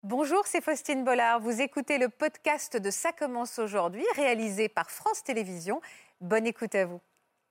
Bonjour, c'est Faustine Bollard. Vous écoutez le podcast de Ça commence aujourd'hui, réalisé par France Télévisions. Bonne écoute à vous.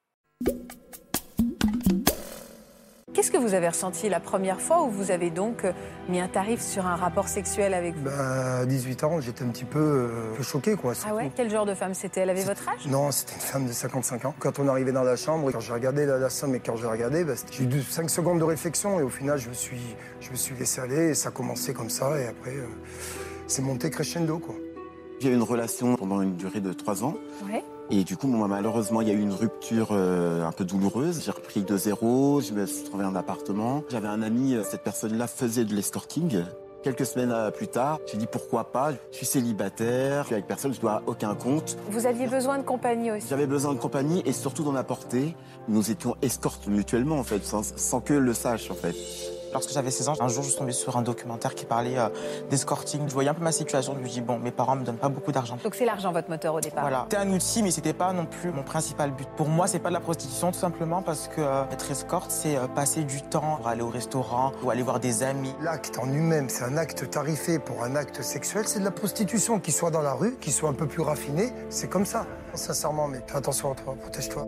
Qu'est-ce que vous avez ressenti la première fois où vous avez donc mis un tarif sur un rapport sexuel avec vous? À 18 ans, j'étais un petit peu choqué, quoi. Ah ouais? Quel genre de femme c'était? Elle avait votre âge? Non, c'était une femme de 55 ans. Quand on arrivait dans la chambre, quand j'ai regardé la somme et quand j'ai regardé, j'ai eu 5 secondes de réflexion et au final, je me suis laissé aller et ça a commencé comme ça et après, c'est monté crescendo, quoi. J'ai eu une relation pendant une durée de 3 ans. Ouais. Et du coup, malheureusement, il y a eu une rupture un peu douloureuse. J'ai repris de zéro, je me suis trouvé un appartement. J'avais un ami, cette personne-là faisait de l'escorting. Quelques semaines plus tard, j'ai dit pourquoi pas. Je suis célibataire, je suis avec personne, je dois aucun compte. Vous aviez besoin de compagnie aussi? J'avais besoin de compagnie et surtout d'en apporter. Nous étions escortes mutuellement, en fait, sans que le sache, en fait. Lorsque j'avais 16 ans, un jour, je suis tombée sur un documentaire qui parlait d'escorting. Je voyais un peu ma situation, je me dis, bon, mes parents me donnent pas beaucoup d'argent. Donc c'est l'argent votre moteur au départ? Voilà. C'était un outil, mais c'était pas non plus mon principal but. Pour moi, c'est pas de la prostitution, tout simplement parce que être escorte, c'est passer du temps pour aller au restaurant ou aller voir des amis. L'acte en lui-même, c'est un acte tarifé pour un acte sexuel, c'est de la prostitution. Qu'il soit dans la rue, qu'il soit un peu plus raffiné, c'est comme ça. Sincèrement, mais fais attention à toi, protège-toi.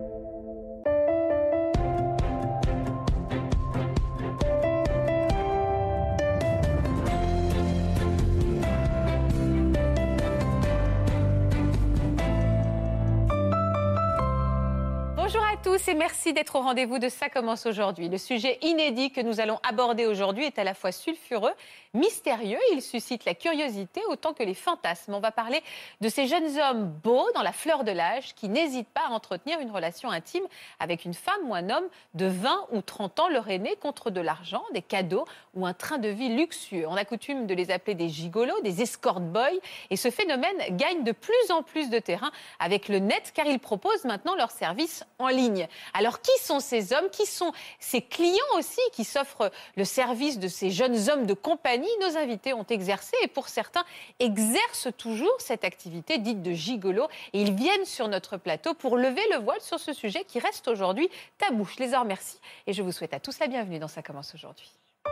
Bonjour à tous et merci d'être au rendez-vous de Ça commence aujourd'hui. Le sujet inédit que nous allons aborder aujourd'hui est à la fois sulfureux, mystérieux, il suscite la curiosité autant que les fantasmes. On va parler de ces jeunes hommes beaux dans la fleur de l'âge qui n'hésitent pas à entretenir une relation intime avec une femme ou un homme de 20 ou 30 ans leur aîné contre de l'argent, des cadeaux ou un train de vie luxueux. On a coutume de les appeler des gigolos, des escort boys et ce phénomène gagne de plus en plus de terrain avec le net car ils proposent maintenant leurs services en ligne. Alors, qui sont ces hommes? Qui sont ces clients aussi qui s'offrent le service de ces jeunes hommes de compagnie? Nos invités ont exercé et pour certains exercent toujours cette activité dite de gigolo et ils viennent sur notre plateau pour lever le voile sur ce sujet qui reste aujourd'hui tabou. Je les en remercie et je vous souhaite à tous la bienvenue dans Ça commence aujourd'hui.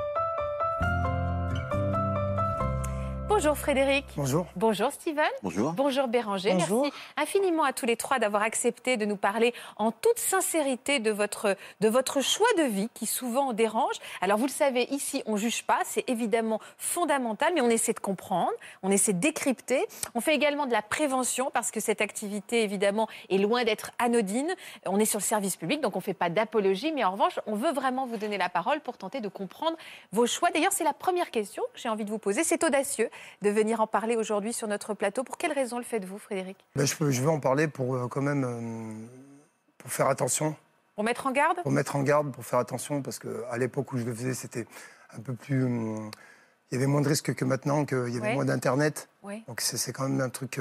Bonjour Frédéric. Bonjour. Bonjour Steven. Bonjour. Bonjour Béranger. Bonjour. Merci infiniment à tous les trois d'avoir accepté de nous parler en toute sincérité de votre choix de vie qui souvent dérange. Alors vous le savez, ici on ne juge pas, c'est évidemment fondamental, mais on essaie de comprendre, on essaie de décrypter. On fait également de la prévention parce que cette activité évidemment est loin d'être anodine. On est sur le service public, donc on ne fait pas d'apologie, mais en revanche, on veut vraiment vous donner la parole pour tenter de comprendre vos choix. D'ailleurs, c'est la première question que j'ai envie de vous poser. C'est audacieux de venir en parler aujourd'hui sur notre plateau. Pour quelles raisons le faites-vous, Frédéric? Je veux en parler pour quand même pour faire attention. Pour mettre en garde? Pour mettre en garde, pour faire attention, parce qu'à l'époque où je le faisais, c'était un peu plus... il y avait moins de risques que maintenant, qu'il y avait moins d'Internet. Oui. Donc c'est quand même un truc,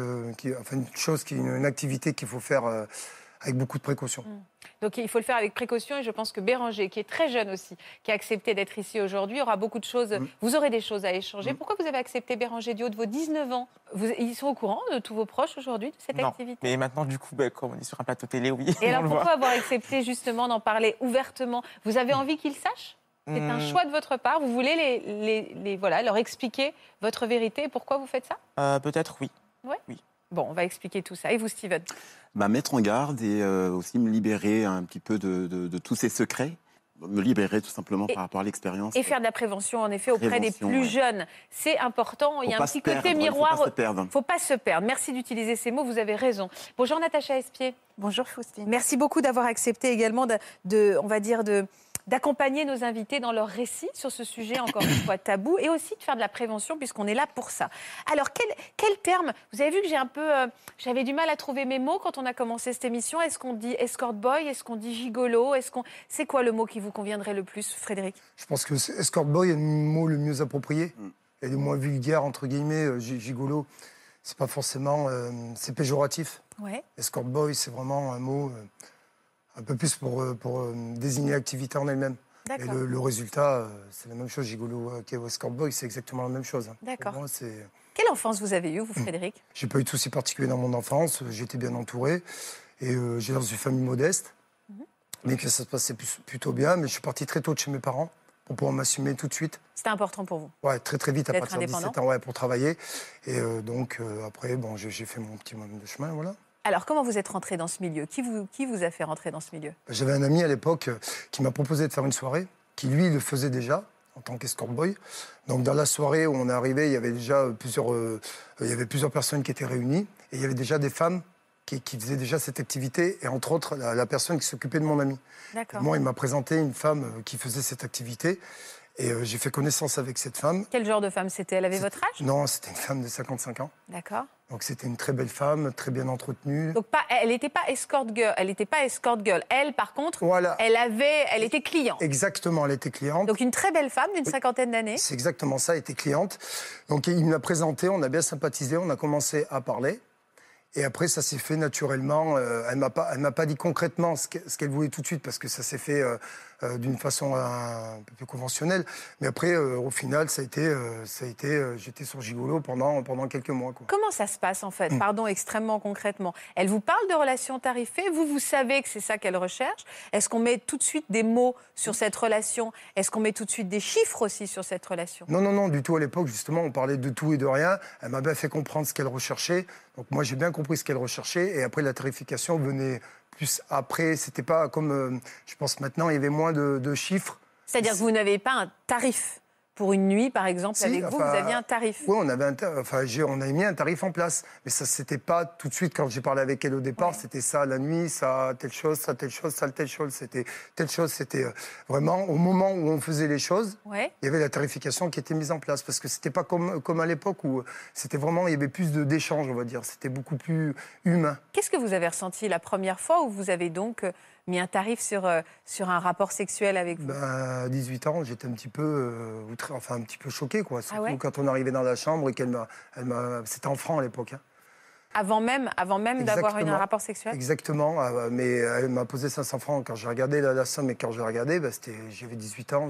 une activité qu'il faut faire avec beaucoup de précautions. Donc il faut le faire avec précaution et je pense que Béranger, qui est très jeune aussi, qui a accepté d'être ici aujourd'hui, aura beaucoup de choses, vous aurez des choses à échanger. Pourquoi vous avez accepté Béranger du haut de vos 19 ans? Ils sont au courant de tous vos proches aujourd'hui de cette activité? Mais maintenant, du coup, comme on est sur un plateau télé, oui. Et alors pourquoi avoir accepté justement d'en parler ouvertement? Vous avez envie qu'ils sachent? C'est un choix de votre part? Vous voulez leur expliquer votre vérité et pourquoi vous faites ça? Peut-être oui. Ouais. Oui. Bon, on va expliquer tout ça. Et vous, Steven? Mettre en garde et aussi me libérer un petit peu de tous ces secrets. Me libérer tout simplement par rapport à l'expérience. Et faire de la prévention, en effet, auprès des plus jeunes. C'est important. Il y a un petit côté miroir. Il ne faut pas se perdre. Merci d'utiliser ces mots, vous avez raison. Bonjour Natacha Espier. Bonjour Faustine. Merci beaucoup d'avoir accepté également d'accompagner nos invités dans leur récit sur ce sujet encore une fois tabou et aussi de faire de la prévention puisqu'on est là pour ça. Alors, quel terme? Vous avez vu que j'avais du mal à trouver mes mots quand on a commencé cette émission. Est-ce qu'on dit escort boy? Est-ce qu'on dit gigolo? C'est quoi le mot qui vous conviendrait le plus, Frédéric? Je pense que escort boy est le mot le mieux approprié. Et le moins vulgaire, entre guillemets, gigolo. C'est pas forcément... c'est péjoratif. Ouais. Escort boy, c'est vraiment un mot... un peu plus pour désigner l'activité en elle-même. Et le résultat, c'est la même chose. Gigolo escort boy, c'est exactement la même chose. D'accord. Moi, quelle enfance vous avez eue, vous, Frédéric? J'ai pas eu de soucis particuliers dans mon enfance. J'étais bien entouré. Et j'ai dans une famille modeste. Mais que ça se passait plutôt bien. Mais je suis parti très tôt de chez mes parents. pour pouvoir m'assumer tout de suite. C'était important pour vous? Ouais, très très vite, à D'être partir de 17 ans, ouais, pour travailler. Et donc, après, bon, j'ai fait mon petit moment de chemin, voilà. Alors, comment vous êtes rentré dans ce milieu? Qui vous a fait rentrer dans ce milieu? J'avais un ami à l'époque qui m'a proposé de faire une soirée, qui lui le faisait déjà en tant qu'escort boy. Donc dans la soirée où on est arrivé, il y avait déjà plusieurs personnes qui étaient réunies et il y avait déjà des femmes qui faisaient déjà cette activité et entre autres la personne qui s'occupait de mon ami. D'accord. Moi, il m'a présenté une femme qui faisait cette activité et j'ai fait connaissance avec cette femme. Quel genre de femme c'était? Elle avait votre âge? Non, c'était une femme de 55 ans. D'accord. Donc c'était une très belle femme, très bien entretenue. Donc elle n'était pas escort girl. Elle n'était pas escort girl. Elle, par contre, Voilà. elle était cliente. Exactement, elle était cliente. Donc une très belle femme d'une cinquantaine d'années. C'est exactement ça, elle était cliente. Donc il me l'a présentée, on a bien sympathisé, on a commencé à parler. Et après, ça s'est fait naturellement. Elle m'a pas dit concrètement ce qu'elle voulait tout de suite, parce que ça s'est fait d'une façon un peu plus conventionnelle. Mais après, au final, ça a été j'étais sur Gigolo pendant quelques mois, quoi. Comment ça se passe, en fait? Pardon, extrêmement concrètement. Elle vous parle de relations tarifées. Vous savez que c'est ça qu'elle recherche. Est-ce qu'on met tout de suite des mots sur cette relation? Est-ce qu'on met tout de suite des chiffres aussi sur cette relation? Non, du tout. À l'époque, justement, on parlait de tout et de rien. Elle m'a bien fait comprendre ce qu'elle recherchait. Donc moi, j'ai bien compris ce qu'elle recherchait. Et après, la tarification venait plus après. C'était pas comme, je pense maintenant, il y avait moins de chiffres. C'est-à-dire que vous n'avez pas un tarif pour une nuit, par exemple, Si, avec vous aviez un tarif? Oui, on a mis un tarif en place. Mais ça, c'était pas tout de suite, quand j'ai parlé avec elle au départ, c'était ça la nuit, ça telle chose, ça telle chose, ça telle chose. C'était telle chose, c'était vraiment au moment où on faisait les choses, il y avait la tarification qui était mise en place. Parce que c'était pas comme à l'époque où c'était vraiment, il y avait plus d'échanges, on va dire. C'était beaucoup plus humain. Qu'est-ce que vous avez ressenti la première fois où vous avez donc mis un tarif sur un rapport sexuel avec vous? À 18 ans, j'étais un petit peu choqué, quoi. Surtout quand on arrivait dans la chambre et c'était en francs à l'époque. Hein. Avant même d'avoir un rapport sexuel? Exactement, mais elle m'a posé 500 francs. Quand j'ai regardé la somme et quand j'ai regardé, j'avais 18 ans,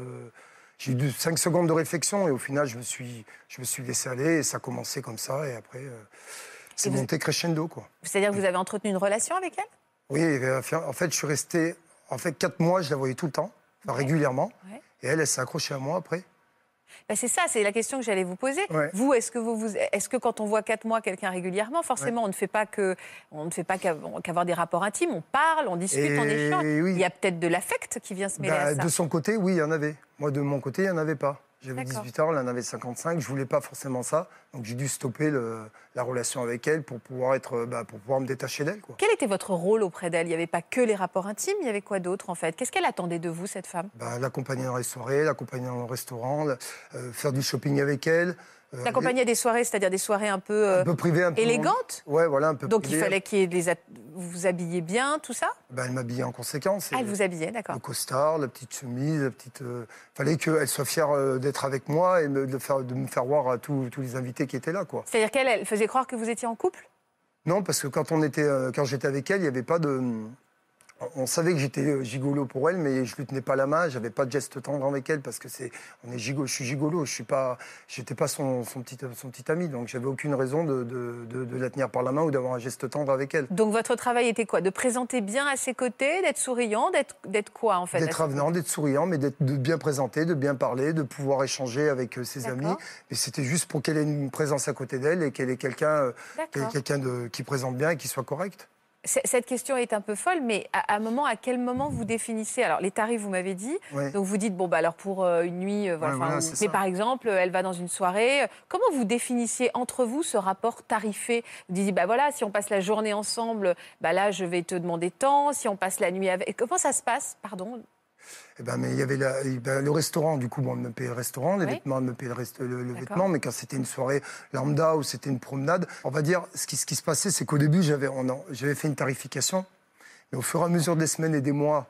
j'ai eu 5 secondes de réflexion et au final, je me suis laissé aller et ça a commencé comme ça et après, c'est monté crescendo, quoi. C'est-à-dire que vous avez entretenu une relation avec elle? Oui, en fait, je suis resté 4 mois, je la voyais tout le temps, régulièrement. Ouais. Et elle s'est accrochée à moi après. Ben c'est ça, c'est la question que j'allais vous poser. Ouais. Vous, est-ce que quand on voit 4 mois quelqu'un régulièrement, forcément, on ne fait pas qu'avoir des rapports intimes, on parle, on discute, on échange. Oui. Il y a peut-être de l'affect qui vient se mêler à ça. De son côté, oui, il y en avait. Moi, de mon côté, il n'y en avait pas. J'avais 18 ans, elle en avait 55, je ne voulais pas forcément ça. Donc j'ai dû stopper la relation avec elle pour pouvoir me détacher d'elle, quoi. Quel était votre rôle auprès d'elle? Il n'y avait pas que les rapports intimes, il y avait quoi d'autre en fait? Qu'est-ce qu'elle attendait de vous, cette femme? L'accompagner dans les soirées, l'accompagner dans le restaurant, faire du shopping avec elle. L'accompagner à des soirées, c'est-à-dire des soirées un peu privées, un peu élégantes? Ouais, voilà, un peu Donc privées. Il fallait vous vous habilliez bien, tout ça? Elle m'habillait en conséquence. Elle vous habillait, d'accord. Le costard, la petite chemise, fallait qu'elle soit fière d'être avec moi et de me faire voir à tous les invités qui étaient là, quoi. C'est-à-dire qu'elle faisait croire que vous étiez en couple? Non, parce que quand j'étais avec elle, il n'y avait pas de... On savait que j'étais gigolo pour elle, mais je lui tenais pas la main, j'avais pas de geste tendre avec elle parce que je suis gigolo, j'étais pas son petit ami, donc j'avais aucune raison de la tenir par la main ou d'avoir un geste tendre avec elle. Donc votre travail était quoi? De présenter bien à ses côtés, d'être souriant, d'être quoi en fait? D'être avenant, d'être souriant, mais de bien présenter, de bien parler, de pouvoir échanger avec ses amis. Mais c'était juste pour qu'elle ait une présence à côté d'elle et qu'elle ait quelqu'un qui présente bien et qui soit correct. Cette question est un peu folle, mais à quel moment vous définissez? Alors, les tarifs, vous m'avez dit. Ouais. Donc, vous dites, alors pour une nuit, mais par exemple, elle va dans une soirée. Comment vous définissiez entre vous ce rapport tarifé? Vous dites, si on passe la journée ensemble, là, je vais te demander tant. Si on passe la nuit avec... Comment ça se passe? Pardon. Mais il y avait le restaurant, du coup, on me payait le restaurant, les vêtements, on me payait le vêtement, mais quand c'était une soirée lambda ou c'était une promenade, on va dire, ce qui se passait, c'est qu'au début, j'avais fait une tarification, mais au fur et à mesure des semaines et des mois,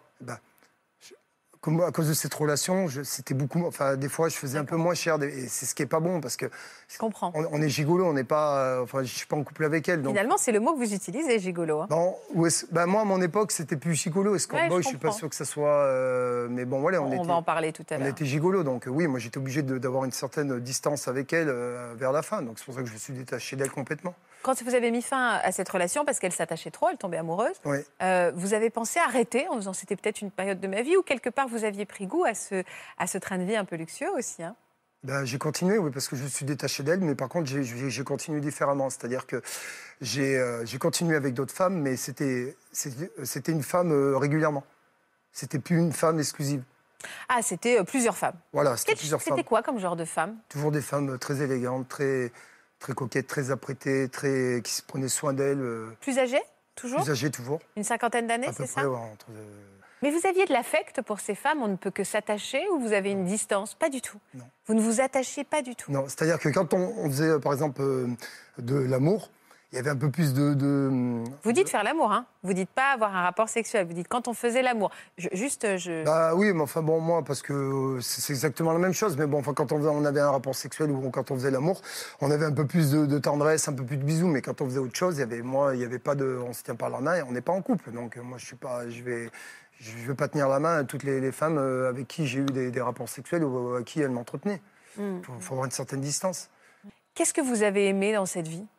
à cause de cette relation, c'était beaucoup. Enfin, des fois, je faisais un peu moins cher, et c'est ce qui est pas bon parce que. Je comprends. On est gigolo, on n'est pas. Je suis pas en couple avec elle. Donc... Finalement, c'est le mot que vous utilisez, gigolo. Hein. Non, moi, à mon époque, c'était plus gigolo. Escort-boy, je suis pas sûr que ça soit. Mais bon, voilà, on va en parler tout à l'heure. On était gigolo, donc oui, moi, j'étais obligé d'avoir une certaine distance avec elle vers la fin. Donc c'est pour ça que je me suis détaché d'elle complètement. Quand vous avez mis fin à cette relation, parce qu'elle s'attachait trop, elle tombait amoureuse, vous avez pensé arrêter en disant c'était peut-être une période de ma vie, ou quelque part vous aviez pris goût à ce train de vie un peu luxueux aussi. Hein. Ben, j'ai continué, oui, parce que je me suis détaché d'elle, mais par contre, j'ai continué différemment. C'est-à-dire que j'ai continué avec d'autres femmes, mais c'était une femme régulièrement. C'était plus une femme exclusive. Ah, c'était plusieurs femmes. Voilà, c'était plusieurs femmes. C'était quoi comme genre de femme? Toujours des femmes très élégantes, très coquettes, très apprêtées, qui se prenaient soin d'elles. Plus âgées, toujours? Plus âgées, toujours. Une cinquantaine d'années, c'est ça? Ouais, Mais vous aviez de l'affect pour ces femmes, on ne peut que s'attacher, ou vous avez une distance? Pas du tout. Non. Vous ne vous attachiez pas du tout? Non, c'est-à-dire que quand on faisait, par exemple, de l'amour, il y avait un peu plus de... Vous dites faire l'amour, hein? Vous dites pas avoir un rapport sexuel, vous dites quand on faisait l'amour. Bah oui, mais enfin bon, moi, parce que c'est exactement la même chose, mais bon, enfin, quand on avait un rapport sexuel ou quand on faisait l'amour, on avait un peu plus de tendresse, un peu plus de bisous, mais quand on faisait autre chose, il y avait pas de... On se tient par la main et on n'est pas en couple, donc moi, je vais pas tenir la main à toutes les femmes avec qui j'ai eu des rapports sexuels ou à qui elles m'entretenaient. Faut avoir une certaine distance. Qu'est-ce que vous avez aimé dans cette vie?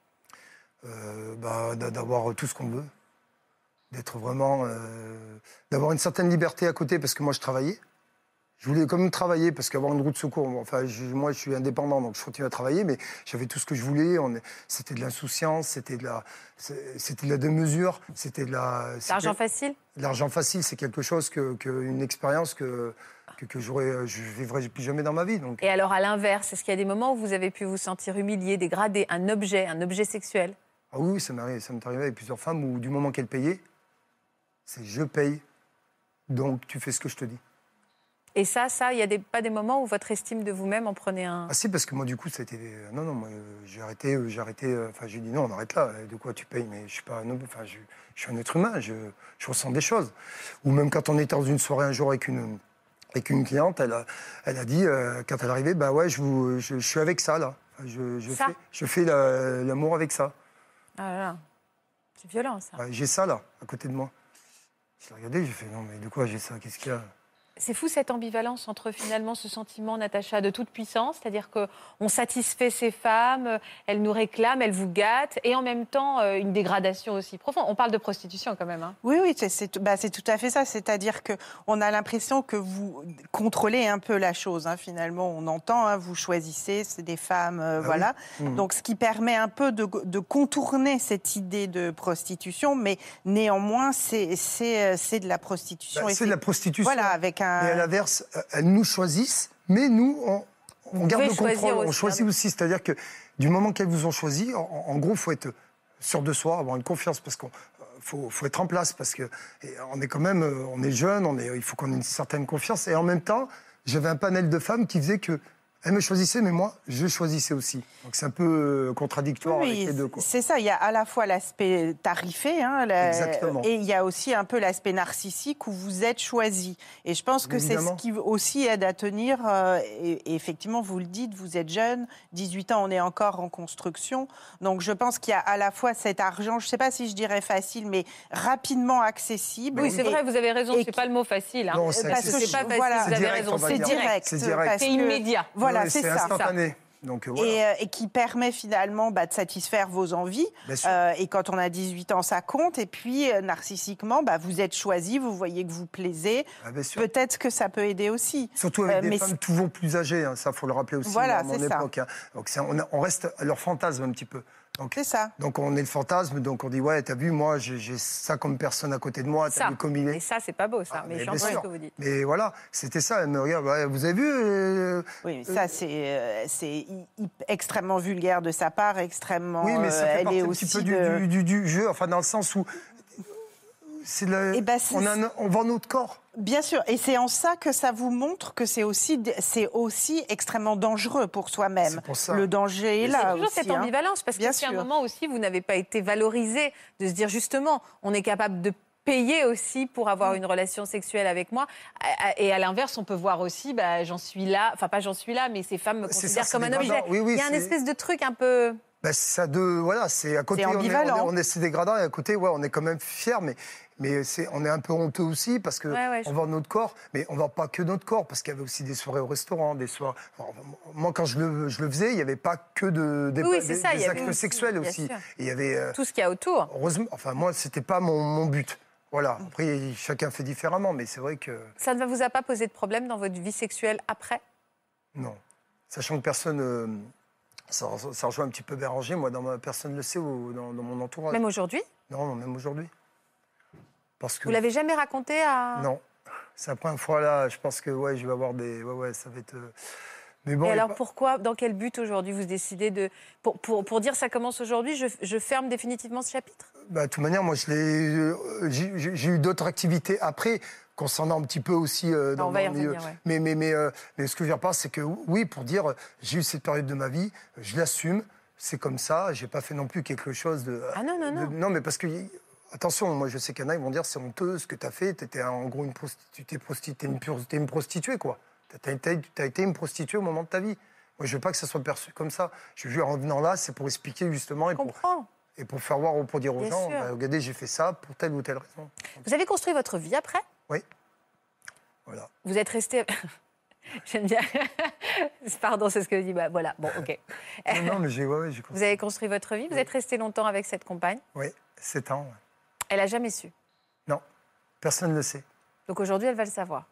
D'avoir tout ce qu'on veut, d'être vraiment, d'avoir une certaine liberté à côté, parce que moi je travaillais. Je voulais quand même travailler, parce qu'avoir une roue de secours, enfin, moi je suis indépendant, donc je continue à travailler, mais j'avais tout ce que je voulais. C'était de l'insouciance, c'était de la démesure, c'était de la... L'argent facile? L'argent facile, c'est quelque chose, une expérience que je vivrai plus jamais dans ma vie. Donc. Et alors, à l'inverse, est-ce qu'il y a des moments où vous avez pu vous sentir humilié, dégradé, un objet sexuel? Ah oui, ça m'est arrivé avec plusieurs femmes où, du moment qu'elles payaient, c'est je paye, donc tu fais ce que je te dis. Et ça, il n'y a pas des moments où votre estime de vous-même en prenait un... Ah si, parce que moi, du coup, ça a été... Non, moi, j'ai arrêté... Enfin, j'ai dit non, on arrête là. De quoi tu payes? Mais je suis pas... Non, enfin, je suis un être humain, je ressens des choses. Ou même quand on était dans une soirée un jour avec une cliente, elle a dit, quand elle est arrivée, bah ouais, je suis avec ça, là. Je fais l'amour avec ça. Ah là là, c'est violent, ça. Ouais, j'ai ça, là, à côté de moi. Je l'ai regardé, j'ai fait, non, mais de quoi j'ai ça? Qu'est-ce qu'il y a? C'est fou cette ambivalence entre finalement ce sentiment, Natacha, de toute puissance, c'est-à-dire qu'on satisfait ces femmes, elles nous réclament, elles vous gâtent, et en même temps une dégradation aussi profonde. On parle de prostitution quand même. Hein. Oui, c'est tout à fait ça. C'est-à-dire qu'on a l'impression que vous contrôlez un peu la chose. Hein, finalement, on entend, hein, vous choisissez, c'est des femmes, voilà. Oui. Donc, ce qui permet un peu de contourner cette idée de prostitution, mais néanmoins, c'est de la prostitution. C'est de la prostitution. Voilà, avec un... Et à l'inverse, elles nous choisissent, mais nous, on garde le contrôle. On choisit aussi. C'est-à-dire que du moment qu'elles vous ont choisi, en gros, il faut être sûr de soi, avoir une confiance, parce qu'il faut être en place, parce qu'on est quand même, on est jeune, il faut qu'on ait une certaine confiance. Et en même temps, j'avais un panel de femmes qui faisait que elles me choisissaient, mais moi, je choisissais aussi. Donc c'est un peu contradictoire avec les deux. Quoi. C'est ça, il y a à la fois l'aspect tarifé, hein, exactement. Et il y a aussi un peu l'aspect narcissique où vous êtes choisi. Et je pense que c'est ce qui aussi aide à tenir. Et effectivement, vous le dites, vous êtes jeune, 18 ans, on est encore en construction. Donc je pense qu'il y a à la fois cet argent, je ne sais pas si je dirais facile, mais rapidement accessible. Oui, c'est vrai, vous avez raison, c'est pas le mot facile. Hein. Non, parce que c'est pas facile, voilà, vous avez raison. C'est direct. C'est immédiat. Voilà, c'est ça. instantané. Donc, voilà. Et qui permet finalement de satisfaire vos envies. Et quand on a 18 ans, ça compte. Et puis, narcissiquement, vous êtes choisi, vous voyez que vous plaisez. Peut-être que ça peut aider aussi. Surtout avec des femmes toujours plus âgées, hein, ça, il faut le rappeler aussi. Voilà, à mon époque. Hein. Donc, on reste à leur fantasme un petit peu. C'est ça. Donc on est le fantasme, donc on dit ouais, t'as vu, moi j'ai ça comme personne à côté de moi, t'as vu comme il est. Et ça, c'est pas beau, ça. Mais j'entends ce que vous dites. Mais voilà, c'était ça. Elle me regarde, ouais, vous avez vu Oui, ça c'est extrêmement vulgaire de sa part, extrêmement. Oui, mais ça fait partie un petit peu du jeu, enfin dans le sens où on vend notre corps. Bien sûr, et c'est en ça que ça vous montre que c'est aussi extrêmement dangereux pour soi-même. Le danger est là aussi. C'est toujours cette ambivalence, parce qu'à un moment aussi, vous n'avez pas été valorisé de se dire justement, on est capable de payer aussi pour avoir une relation sexuelle avec moi. Et à l'inverse, on peut voir aussi, j'en suis là, enfin pas j'en suis là, mais ces femmes me considèrent comme un objet. Oui, il y a une espèce de truc un peu... c'est à côté, c'est dégradant, et à côté, on est quand même fiers, mais on est un peu honteux aussi, parce qu'on vend notre corps, mais on ne vend pas que notre corps, parce qu'il y avait aussi des soirées au restaurant, des soirées... Moi, quand je le faisais, il n'y avait pas que des actes sexuels aussi. Il y avait tout ce qu'il y a autour. Heureusement, moi, ce n'était pas mon but. Voilà, après, chacun fait différemment, mais c'est vrai que... Ça ne vous a pas posé de problème dans votre vie sexuelle après? Non. Sachant que personne... ça rejoint un petit peu Béranger, moi, personne ne le sait dans mon entourage. Même aujourd'hui? Non, même aujourd'hui. Parce que... Vous l'avez jamais raconté à... Non. C'est la première fois, là, je pense que je vais avoir des... Ouais, ça va être... Mais bon, et alors pourquoi, dans quel but aujourd'hui vous décidez de... Pour dire ça commence aujourd'hui, je ferme définitivement ce chapitre? De toute manière, moi, j'ai eu d'autres activités après, concernant un petit peu aussi dans on va y mon milieu. revenir, Mais ce que je veux dire par, c'est que oui, pour dire, j'ai eu cette période de ma vie, je l'assume, c'est comme ça, j'ai pas fait non plus quelque chose de... Ah non. Non, mais parce que... Attention, moi je sais qu'il y en a, ils vont dire c'est honteux ce que tu as fait, tu étais en gros une prostituée, quoi. Tu as été une prostituée au moment de ta vie. Moi je veux pas que ça soit perçu comme ça. Je veux en venant là, c'est pour expliquer justement et pour faire voir, pour dire aux gens, regardez, j'ai fait ça pour telle ou telle raison. Vous avez construit votre vie après? Oui. Voilà. Vous êtes resté... J'aime bien. Pardon, c'est ce que je dis. Voilà, bon, ok. Non, mais j'ai construit. Vous avez construit votre vie, vous êtes resté longtemps avec cette compagne? Oui, 7 ans. Ouais. Elle n'a jamais su? Non, personne ne le sait. Donc aujourd'hui, elle va le savoir?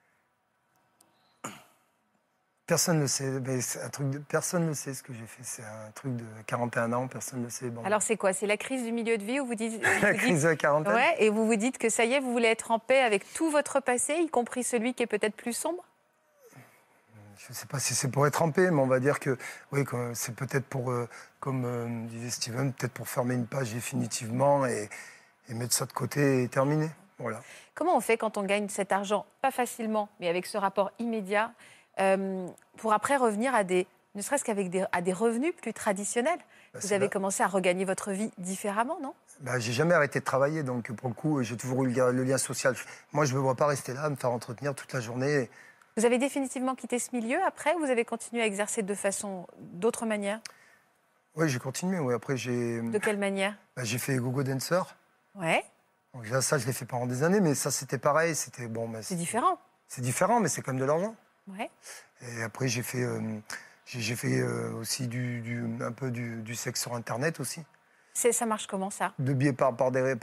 Personne ne le sait, mais personne ne sait ce que j'ai fait. C'est un truc de 41 ans, personne ne le sait. Bon. Alors c'est quoi? C'est la crise du milieu de vie où vous dites... La crise de la quarantaine. Ouais, et vous vous dites que ça y est, vous voulez être en paix avec tout votre passé, y compris celui qui est peut-être plus sombre? Je ne sais pas si c'est pour être en paix, mais on va dire que oui, c'est peut-être pour, comme disait Steven, peut-être pour fermer une page définitivement et mettre ça de côté et terminer. Voilà. Comment on fait quand on gagne cet argent, pas facilement, mais avec ce rapport immédiat, pour après revenir ne serait-ce qu'avec des revenus plus traditionnels? Vous avez commencé à regagner votre vie différemment, non? J'ai jamais arrêté de travailler, donc pour le coup, j'ai toujours eu le lien social. Moi, je ne me vois pas rester là, me faire entretenir toute la journée. Vous avez définitivement quitté ce milieu après, ou vous avez continué à exercer d'autres manières? Oui, j'ai continué. Oui. Après, De quelle manière? J'ai fait Go-Go Dancer. Ouais. Donc, ça, je l'ai fait pendant des années, mais ça, c'était pareil. C'était c'est différent. C'est différent, mais c'est quand même de l'argent. Ouais. Et après, j'ai fait aussi un peu du sexe sur Internet aussi. Ça marche comment, ça? De biais par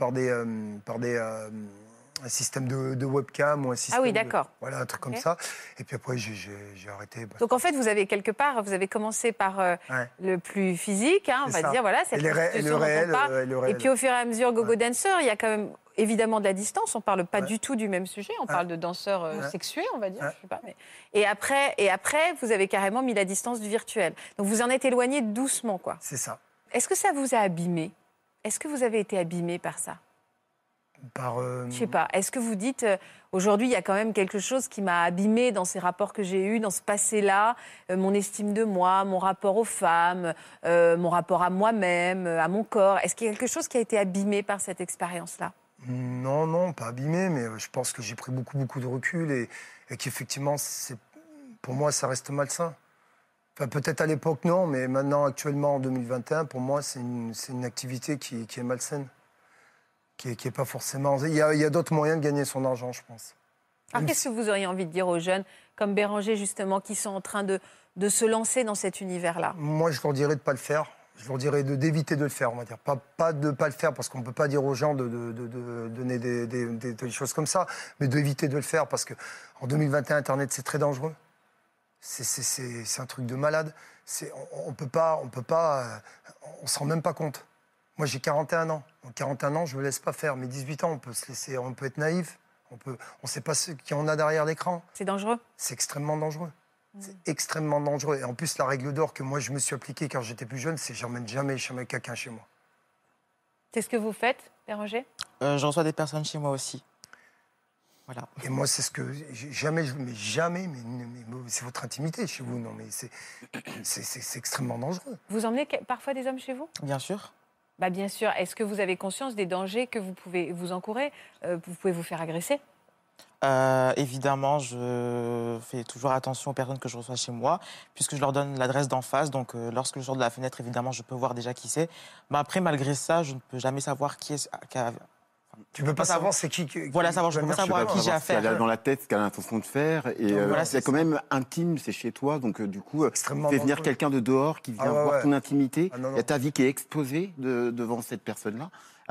un système de webcam ou un système... Ah oui, d'accord. Voilà, un truc comme ça. Et puis après, j'ai arrêté. Donc en fait, vous avez commencé par le plus physique, on va dire, voilà, cette prostitution dont on parle. Et puis au fur et à mesure, Go-Go Dancer, il y a quand même évidemment de la distance. On ne parle pas du tout du même sujet. On parle de danseurs sexués, on va dire. Je sais pas, mais... et après, vous avez carrément mis la distance du virtuel. Donc vous en êtes éloigné doucement, quoi. C'est ça. Est-ce que ça vous a abîmé? Est-ce que vous avez été abîmé par ça? Je sais pas. Est-ce que vous dites, aujourd'hui, il y a quand même quelque chose qui m'a abîmé dans ces rapports que j'ai eus, dans ce passé-là, mon estime de moi, mon rapport aux femmes, mon rapport à moi-même, à mon corps. Est-ce qu'il y a quelque chose qui a été abîmé par cette expérience-là? Non, pas abîmé, mais je pense que j'ai pris beaucoup de recul et qu'effectivement, pour moi, ça reste malsain. Enfin, peut-être à l'époque, non, mais maintenant, actuellement, en 2021, pour moi, c'est une activité qui est malsaine. Qui est pas forcément... Il y a d'autres moyens de gagner son argent, je pense. Alors, qu'est-ce que vous auriez envie de dire aux jeunes, comme Béranger, justement, qui sont en train de se lancer dans cet univers-là? Moi, je leur dirais de ne pas le faire. Je leur dirais d'éviter de le faire, on va dire. Pas de ne pas le faire, parce qu'on ne peut pas dire aux gens de donner des choses comme ça, mais d'éviter de le faire, parce qu'en 2021, Internet, c'est très dangereux. C'est un truc de malade. On ne se rend même pas compte. Moi, j'ai 41 ans. Donc, 41 ans, je ne me laisse pas faire. Mais 18 ans, on peut être naïf. On ne sait pas ce qu'il y en a derrière l'écran. C'est dangereux? C'est extrêmement dangereux. C'est extrêmement dangereux. Et en plus, la règle d'or que moi, je me suis appliquée quand j'étais plus jeune, c'est j'emmène jamais quelqu'un chez moi. C'est ce que vous faites, Béranger? Je reçois des personnes chez moi aussi. Voilà. Et moi, c'est ce que... Jamais, mais c'est votre intimité chez vous. Non, mais c'est extrêmement dangereux. Vous emmenez parfois des hommes chez vous? Bien sûr. Bien sûr. Est-ce que vous avez conscience des dangers que vous pouvez vous encourir? Vous pouvez vous faire agresser? Évidemment, je fais toujours attention aux personnes que je reçois chez moi, puisque je leur donne l'adresse d'en face. Donc, lorsque je sors de la fenêtre, évidemment, je peux voir déjà qui c'est. Mais après, malgré ça, je ne peux jamais savoir qui est... Tu ne peux pas savoir c'est qui... Voilà, je ne peux pas savoir à qui j'ai affaire. Ce qu'elle a dans la tête, ce qu'elle a l'intention de faire. Et voilà, c'est quand même intime, c'est chez toi. Donc, du coup, fais venir quelqu'un de dehors qui vient voir ton intimité. Il y a ta vie qui est exposée devant cette personne-là.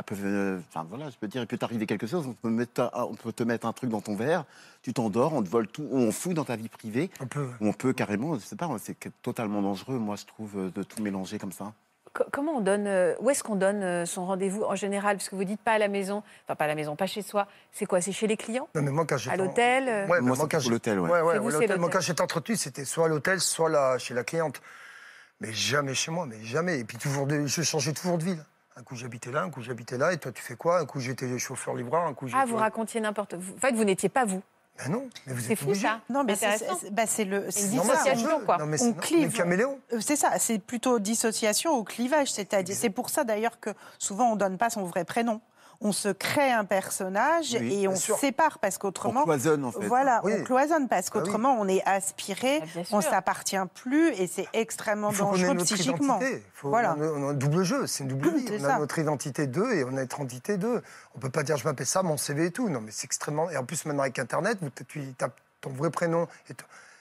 enfin voilà, je peux dire, il peut t'arriver quelque chose, on peut te mettre un truc dans ton verre, tu t'endors, on te vole tout, on fouille dans ta vie privée. On peut carrément, je sais pas, c'est totalement dangereux, moi je trouve, de tout mélanger comme ça. Comment on donne, où est-ce qu'on donne son rendez-vous en général? Parce que vous dites pas à la maison, enfin pas à la maison, pas chez soi. C'est quoi? C'est chez les clients? Non, mais moi, quand à l'hôtel? Ouais, moi, c'est l'hôtel, ouais. Ouais, vous, c'est l'hôtel. l'hôtel. Moi, quand j'étais entretenu, c'était soit à l'hôtel, soit là, chez la cliente. Mais jamais chez moi, mais jamais. Et puis je changeais toujours de ville. Un coup, j'habitais là, un coup, j'habitais là. Et toi, tu fais quoi? Un coup, j'étais chauffeur-livreur, un coup, j'étais... Ah, vous racontiez n'importe... En fait, vous n'étiez pas vous. Ben non, mais vous C'est êtes fou, obligé. ça. Non, mais Intéressant. c'est le. Une normal, dissociation, quoi. Non, mais On c'est clive. caméléon. C'est ça, c'est plutôt dissociation ou clivage, c'est-à-dire. C'est pour ça d'ailleurs que souvent on donne pas son vrai prénom. On se crée un personnage et on se sépare parce qu'autrement. On cloisonne en fait. Voilà, Oui. on cloisonne parce qu'autrement on est aspiré, Ah, bien sûr. on s'appartient plus et c'est extrêmement Il faut qu'on ait dangereux notre psychiquement. identité. Voilà. On a un double jeu, c'est une double vie. C'est On a ça. notre identité d'eux et on a notre identité d'eux. On peut pas dire je m'appelle ça, mon CV et tout. Non, mais c'est extrêmement. Et en plus maintenant avec Internet, tu tapes ton vrai prénom et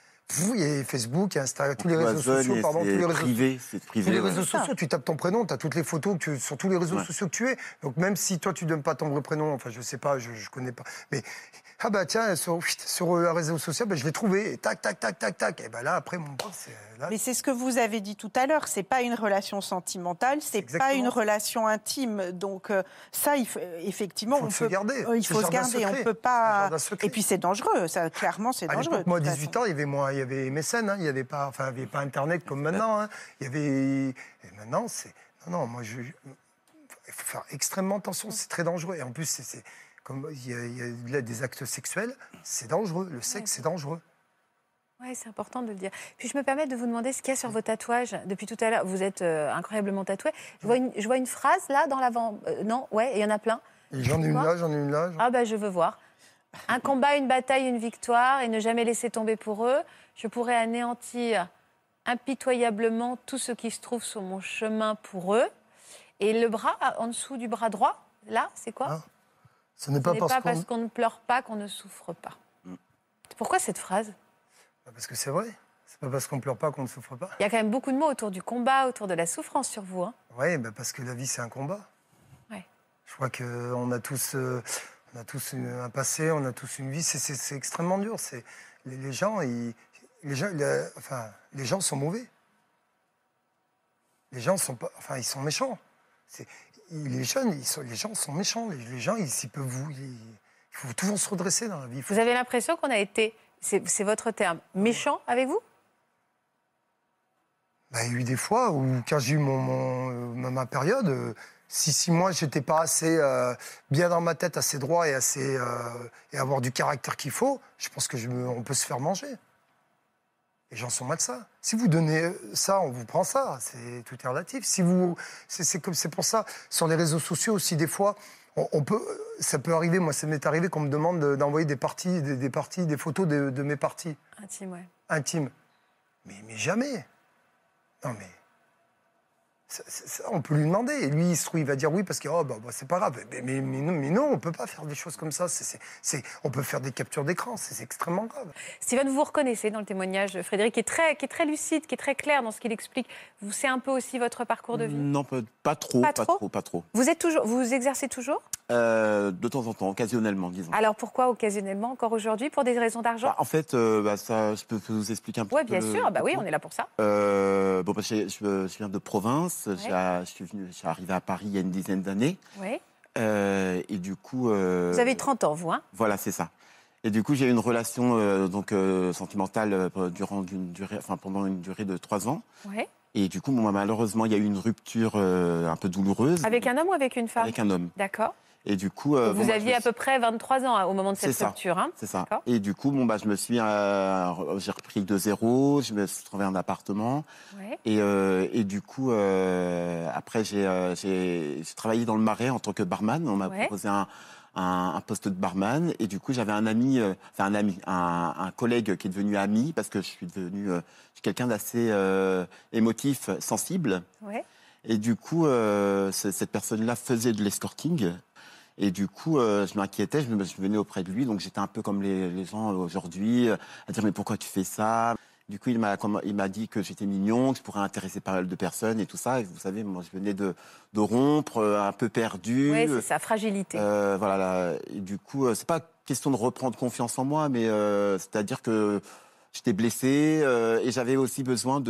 il y a Facebook, il y a Instagram, tous les réseaux sociaux, pardon, tous les réseaux privé, c'est privé. Tous les ouais. réseaux sociaux, tu tapes ton prénom, tu as toutes les photos sur tous les réseaux sociaux que tu es. Donc même si toi, tu ne donnes pas ton vrai prénom, enfin, je sais pas, je connais pas. Mais, ah bah tiens, sur un réseau social, bah, je l'ai trouvé. Et tac, tac, tac, tac, tac. Et bah là, après, mon pote, c'est... Là, Mais c'est ce que vous avez dit tout à l'heure, c'est pas une relation sentimentale, c'est pas une relation intime. Donc ça, effectivement, il faut se garder. Il faut se garder, on peut pas. Et puis c'est dangereux, ça clairement c'est à dangereux. l'époque, moi, à 18 ans, il y avait MSN, hein, il n'y avait pas Internet comme maintenant. Hein. Il y avait... Et maintenant, c'est... Non, moi, il faut faire extrêmement attention, c'est très dangereux. Et en plus, c'est comme il y a des actes sexuels, c'est dangereux. Le sexe, c'est dangereux. Oui, c'est important de le dire. Puis je me permets de vous demander ce qu'il y a sur vos tatouages. Depuis tout à l'heure, vous êtes incroyablement tatoué. Je vois une phrase là dans l'avant. Non, ouais, il y en a plein. Et j'en ai une là, j'en ai une là. Ah bah je veux voir. Un combat, une bataille, une victoire, et ne jamais laisser tomber pour eux. Je pourrais anéantir impitoyablement tout ce qui se trouve sur mon chemin pour eux. Et le bras, en dessous du bras droit, là, c'est quoi? Ah, ce n'est pas parce qu'on ne pleure pas qu'on ne souffre pas. Pourquoi cette phrase? Parce que c'est vrai. C'est pas parce qu'on pleure pas qu'on ne souffre pas. Il y a quand même beaucoup de mots autour du combat, autour de la souffrance sur vous. Hein. Oui, parce que la vie, c'est un combat. Ouais. Je crois qu'on a tous, un passé, on a tous une vie. C'est extrêmement dur. Les gens sont mauvais. Les gens sont pas, ils sont méchants. Les gens sont méchants. Les gens, il faut toujours se redresser dans la vie. Vous avez l'impression qu'on a été, c'est votre terme, méchant avec vous? Il y a eu des fois où, quand j'ai eu ma période, si moi, j'étais pas assez bien dans ma tête, assez droit et avoir du caractère qu'il faut, je pense on peut se faire manger. Les gens sont malsains. Si vous donnez ça, on vous prend ça. Tout est relatif. C'est pour ça. Sur les réseaux sociaux aussi, des fois, ça peut arriver. Moi, ça m'est arrivé qu'on me demande d'envoyer des photos de mes parties. Intime, ouais. Intimes. Mais jamais. Non, mais... on peut lui demander. Et lui, il va dire oui parce que c'est pas grave. Mais non, on peut pas faire des choses comme ça. On peut faire des captures d'écran. C'est extrêmement grave. Steven, vous reconnaissez dans le témoignage de Frédéric, qui est très lucide, qui est très clair dans ce qu'il explique. C'est un peu aussi votre parcours de vie? Non, pas trop. Vous exercez toujours? De temps en temps, occasionnellement, disons. Alors pourquoi occasionnellement, encore aujourd'hui? Pour des raisons d'argent? En fait, ça, je peux vous expliquer un peu. Oui, bien sûr. Oui, on est là pour ça. Je viens de province. Ouais. Je suis arrivé à Paris il y a une dizaine d'années. Oui. Et du coup... Vous avez 30 ans, vous, hein? Voilà, c'est ça. Et du coup, j'ai eu une relation sentimentale pendant une durée de 3 ans. Oui. Et du coup, malheureusement, il y a eu une rupture un peu douloureuse. Avec un homme ou avec une femme? Avec un homme. D'accord. Et du coup, vous aviez à peu près 23 ans au moment de cette rupture. Hein? C'est ça. Et du coup, j'ai repris de zéro, je me suis trouvé un appartement. Ouais. Et du coup, après, j'ai travaillé dans le Marais en tant que barman. On m'a proposé un poste de barman. Et du coup, j'avais un collègue qui est devenu ami parce que je suis quelqu'un d'assez émotif, sensible. Ouais. Et du coup, cette personne-là faisait de l'escorting. Et du coup, je m'inquiétais, je venais auprès de lui. Donc, j'étais un peu comme les gens aujourd'hui, à dire « Mais pourquoi tu fais ça ?» Du coup, il m'a dit que j'étais mignon, que je pourrais intéresser pas mal de personnes et tout ça. Et vous savez, moi, je venais de rompre, un peu perdu. Oui, c'est sa fragilité. Voilà. Et du coup, c'est pas question de reprendre confiance en moi, mais c'est-à-dire que j'étais blessé et j'avais aussi besoin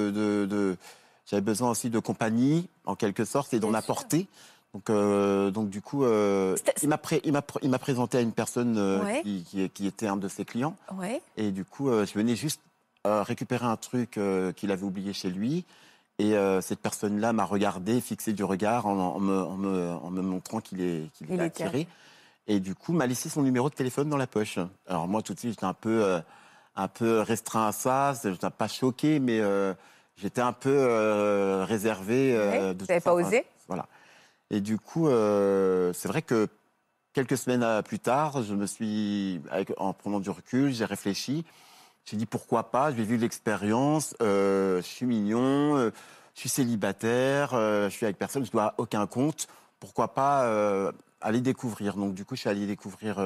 j'avais besoin aussi de compagnie, en quelque sorte, et d'en apporter. Donc du coup, il m'a présenté à une personne qui était un de ses clients. Ouais. Et du coup, je venais juste récupérer un truc qu'il avait oublié chez lui. Et cette personne-là m'a regardé, fixé du regard en me montrant qu'il était attiré. Et du coup, m'a laissé son numéro de téléphone dans la poche. Alors moi, tout de suite, j'étais un peu restreint à ça. Je n'étais pas choqué, mais j'étais un peu réservé. Vous n'avez pas osé. Voilà. Et du coup, c'est vrai que quelques semaines plus tard, en prenant du recul, j'ai réfléchi. J'ai dit pourquoi pas, j'ai vu l'expérience, je suis mignon, je suis célibataire, je suis avec personne, je ne dois aucun compte. Pourquoi pas aller découvrir. Donc du coup, je suis allé découvrir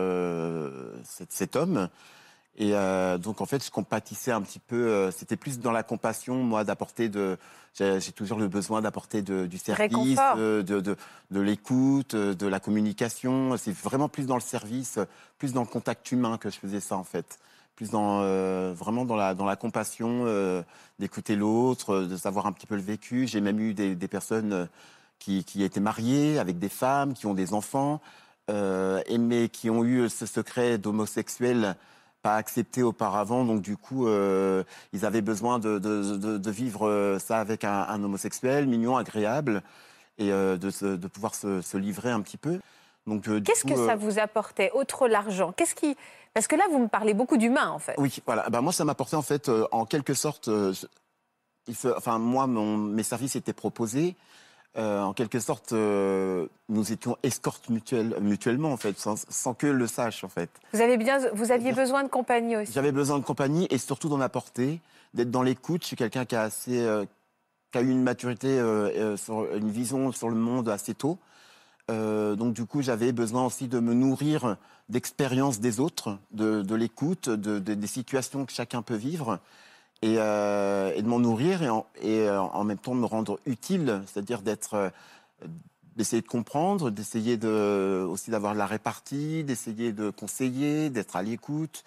cet homme. Et donc en fait, je compatissais un petit peu. C'était plus dans la compassion, moi, j'ai toujours le besoin d'apporter du service, de l'écoute, de la communication. C'est vraiment plus dans le service, plus dans le contact humain que je faisais ça en fait. Plus vraiment dans la compassion, d'écouter l'autre, de savoir un petit peu le vécu. J'ai même eu des personnes qui étaient mariées avec des femmes, qui ont des enfants, mais qui ont eu ce secret d'homosexuel pas accepté auparavant. Donc du coup, ils avaient besoin de vivre ça avec un homosexuel, mignon, agréable, et de pouvoir se livrer un petit peu. Qu'est-ce que ça vous apportait, outre l'argent ? Parce que là, vous me parlez beaucoup d'humain, en fait. Oui, voilà. Moi, ça m'apportait, en fait, en quelque sorte... mes services étaient proposés. En quelque sorte, nous étions escortes mutuellement, en fait, sans que le sache, en fait. Vous aviez besoin de compagnie aussi. J'avais besoin de compagnie et surtout d'en apporter, d'être dans l'écoute. Je suis quelqu'un qui a eu une maturité, une vision sur le monde assez tôt. Donc du coup, j'avais besoin aussi de me nourrir d'expériences des autres, de l'écoute, des situations que chacun peut vivre, et de m'en nourrir et en même temps de me rendre utile, c'est-à-dire d'essayer de comprendre, d'essayer aussi d'avoir de la répartie, d'essayer de conseiller, d'être à l'écoute.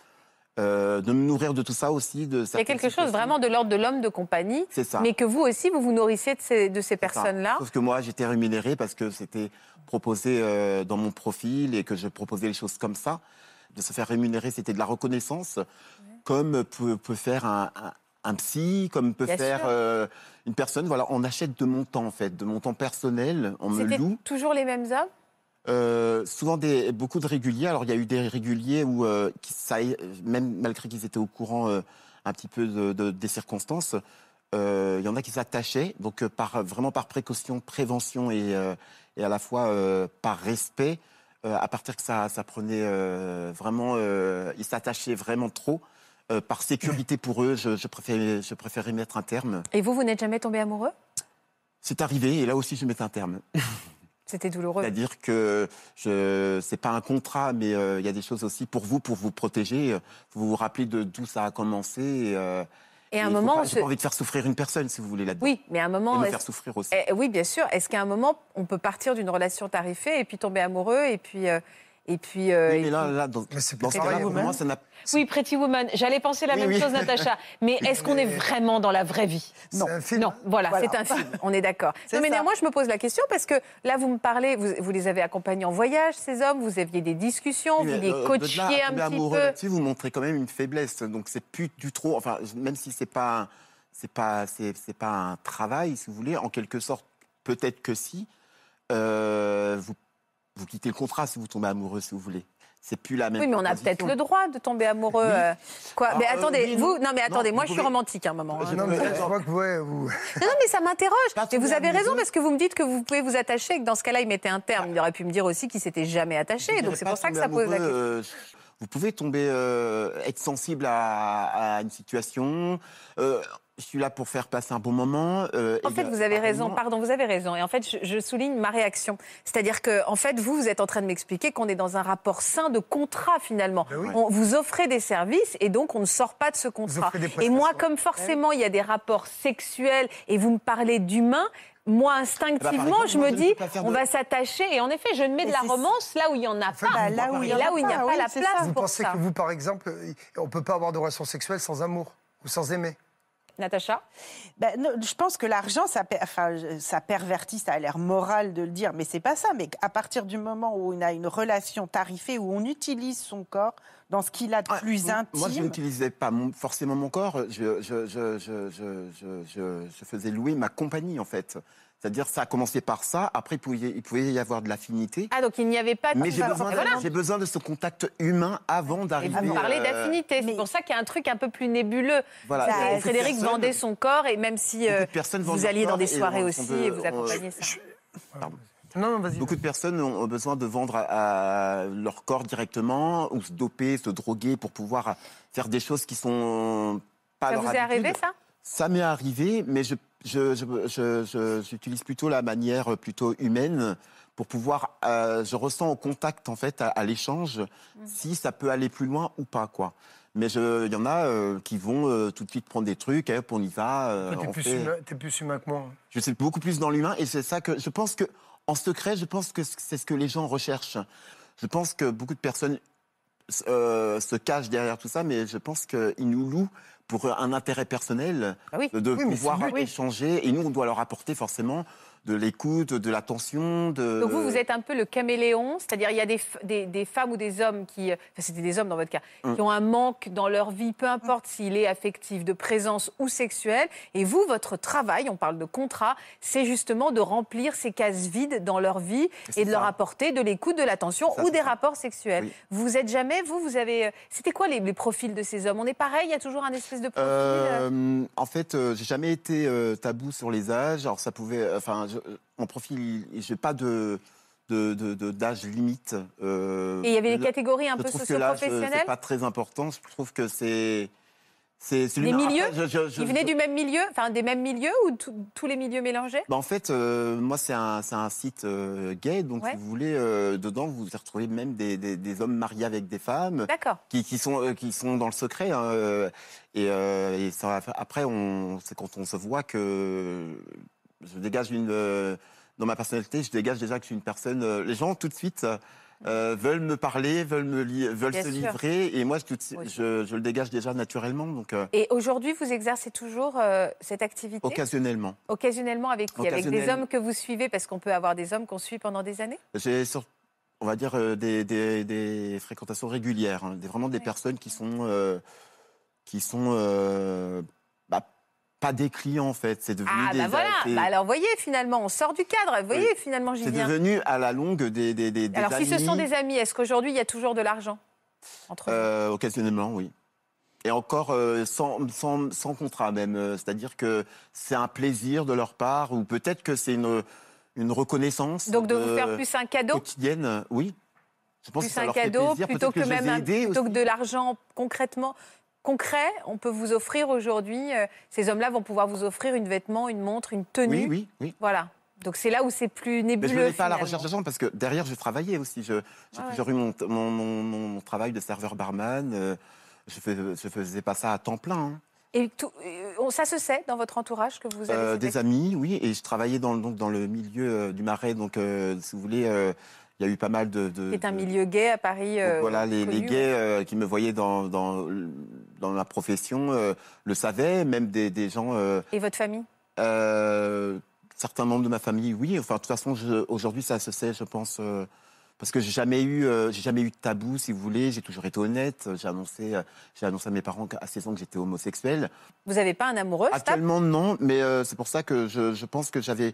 De me nourrir de tout ça aussi. Il y a quelque chose vraiment de l'ordre de l'homme de compagnie, c'est ça. Mais que vous aussi, vous vous nourrissez de ces personnes-là. Sauf que moi, j'étais rémunéré parce que c'était proposé dans mon profil et que je proposais les choses comme ça. De se faire rémunérer, c'était de la reconnaissance, comme peut faire un psy, comme peut faire une personne. Voilà, on achète de mon temps, en fait, de mon temps personnel, on me loue. C'était toujours les mêmes hommes ? Souvent beaucoup de réguliers. Alors il y a eu des réguliers où, même malgré qu'ils étaient au courant un petit peu des circonstances, il y en a qui s'attachaient. Donc vraiment par précaution, prévention et à la fois par respect, à partir que ça prenait vraiment, ils s'attachaient vraiment trop. Par sécurité pour eux, je préférais mettre un terme. Et vous n'êtes jamais tombé amoureux ? C'est arrivé et là aussi je mettais un terme. C'était douloureux. C'est-à-dire que c'est pas un contrat, mais il y a des choses aussi pour vous protéger. Vous vous rappelez d'où ça a commencé. Et à un moment, j'ai pas envie de faire souffrir une personne, si vous voulez, là-dedans. Oui, mais à un moment, et me faire souffrir aussi. Oui, bien sûr. Est-ce qu'à un moment, on peut partir d'une relation tarifée et puis tomber amoureux et puis mais là, dans ce cas-là, pour moi, ça n'a. Oui, Pretty Woman. J'allais penser la même chose, Natacha. Mais est-ce qu'on est vraiment dans la vraie vie ? Non. C'est un film. Non, voilà, c'est un film. On est d'accord. Non, mais néanmoins, je me pose la question parce que là, vous me parlez, vous les avez accompagnés en voyage, ces hommes. Vous aviez des discussions, vous les coachiez un petit peu. Si vous montrez quand même une faiblesse, donc c'est plus du trop. Enfin, même si c'est pas un travail, si vous voulez, en quelque sorte, peut-être que si. Vous quittez le contrat si vous tombez amoureux, si vous voulez. C'est plus la même. Oui, mais on a peut-être le droit de tomber amoureux. Oui. Quoi mais attendez, moi je suis romantique à un moment. Non, mais je crois que vous. Non, mais ça m'interroge. Et vous avez raison parce que vous me dites que vous pouvez vous attacher et que dans ce cas-là, il mettait un terme. Il aurait pu me dire aussi qu'il s'était jamais attaché. Donc c'est pour ça que ça pose la question. Vous pouvez tomber, être sensible à une situation. Je suis là pour faire passer un bon moment. En fait, vous avez raison. Pardon, vous avez raison. Et en fait, je souligne ma réaction. C'est-à-dire que, en fait, vous êtes en train de m'expliquer qu'on est dans un rapport sain de contrat, finalement. Ben oui. Vous offrez des services et donc on ne sort pas de ce contrat. Et moi, comme forcément, il y a des rapports sexuels et vous me parlez d'humain, moi, instinctivement, je me dis, on va s'attacher. Et en effet, je ne mets de la romance là où il n'y en a pas. là où il n'y a pas la place Vous pour pensez ça. que vous, par exemple, on ne peut pas avoir de relations sexuelles sans amour ou sans aimer? Natacha? Non, je pense que l'argent, ça pervertit, ça a l'air moral de le dire, mais c'est pas ça. Mais à partir du moment où on a une relation tarifée, où on utilise son corps dans ce qu'il a de plus intime... Moi, je n'utilisais pas forcément mon corps. Je faisais louer ma compagnie, en fait. C'est-à-dire, ça a commencé par ça. Après, il pouvait y avoir de l'affinité. Ah, donc il n'y avait pas de... Mais j'ai besoin de ce contact humain avant d'arriver... Et vous parlez d'affinité. C'est pour ça qu'il y a un truc un peu plus nébuleux. Voilà. Frédéric vendait son corps, et même si vous alliez dans des soirées aussi et vous accompagnez ça. Non, vas-y. Beaucoup de personnes ont besoin de vendre à leur corps directement ou se doper, se droguer pour pouvoir faire des choses qui sont pas leur habitude. Ça vous est arrivé, ça ? Ça m'est arrivé, mais j'utilise plutôt la manière plutôt humaine pour pouvoir... je ressens au contact, en fait, à l'échange, si ça peut aller plus loin ou pas, quoi. Mais il y en a qui vont tout de suite prendre des trucs, hop, on y va. T'es plus humain que moi. Je suis beaucoup plus dans l'humain et c'est ça que... Je pense que, en secret, je pense que c'est ce que les gens recherchent. Je pense que beaucoup de personnes se cachent derrière tout ça, mais je pense qu'ils nous louent pour un intérêt personnel de pouvoir échanger. Et nous, on doit leur apporter forcément de l'écoute, de l'attention. Donc vous êtes un peu le caméléon, c'est-à-dire il y a des femmes ou des hommes qui, enfin c'était des hommes dans votre cas, qui ont un manque dans leur vie, peu importe s'il est affectif, de présence ou sexuel. Et vous, votre travail, on parle de contrat, c'est justement de remplir ces cases vides dans leur vie et de leur apporter de l'écoute, de l'attention ou des rapports sexuels. Oui. Vous êtes jamais, vous avez... C'était quoi les profils de ces hommes? On est pareil, il y a toujours un espèce de profil En fait, j'ai jamais été tabou sur les âges. Alors ça pouvait... mon profil, je n'ai pas d'âge limite. Et il y avait des catégories un peu socio-professionnelles? C'est pas très important. Je trouve que c'est des milieux. Ils venaient du même milieu, enfin des mêmes milieux ou tous les milieux mélangés? En fait, moi c'est un site gay, donc si vous voulez, dedans vous retrouvez même des hommes mariés avec des femmes, qui sont dans le secret. Hein, et ça, après, c'est quand on se voit que je dégage dans ma personnalité, je dégage déjà que je suis une personne. Les gens tout de suite veulent me parler, veulent se livrer, et moi je le dégage déjà naturellement. Donc. Et aujourd'hui, vous exercez toujours cette activité? Occasionnellement. Occasionnellement avec qui? Avec des hommes que vous suivez, parce qu'on peut avoir des hommes qu'on suit pendant des années? J'ai, on va dire, des fréquentations régulières, hein, vraiment des personnes qui sont pas des clients, en fait. C'est devenu alors, voyez, finalement, on sort du cadre. Voyez, finalement, j'y viens. C'est devenu, à la longue, des alors, amis. Si ce sont des amis, est-ce qu'aujourd'hui, il y a toujours de l'argent entre vous? Occasionnellement, oui. Et encore sans contrat, même. C'est-à-dire que c'est un plaisir de leur part, ou peut-être que c'est une reconnaissance. Donc, de vous faire plus un cadeau quotidienne, oui. Je pense plus que ça un leur fait cadeau, plaisir. plutôt que de l'argent concret, on peut vous offrir aujourd'hui, ces hommes-là vont pouvoir vous offrir un vêtement, une montre, une tenue. Oui. Voilà. Donc c'est là où c'est plus nébuleux. Mais je n'ai pas à la recherche d'argent parce que derrière, je travaillais aussi. J'ai toujours eu mon travail de serveur barman. Je faisais pas ça à temps plein. Hein. Et ça se sait dans votre entourage que vous avez des amis, oui. Et je travaillais dans le milieu du Marais. Donc, si vous voulez... il y a eu pas mal c'est un milieu gay à Paris. Donc voilà, les gays qui me voyaient dans la profession le savaient, même des gens... Et votre famille? Certains membres de ma famille, oui. Enfin, de toute façon, aujourd'hui, ça se sait, je pense... parce que j'ai jamais eu de tabou, si vous voulez. J'ai toujours été honnête. J'ai annoncé à mes parents à 16 ans que j'étais homosexuel. Vous n'avez pas un amoureux? Actuellement, non. Mais c'est pour ça que je pense que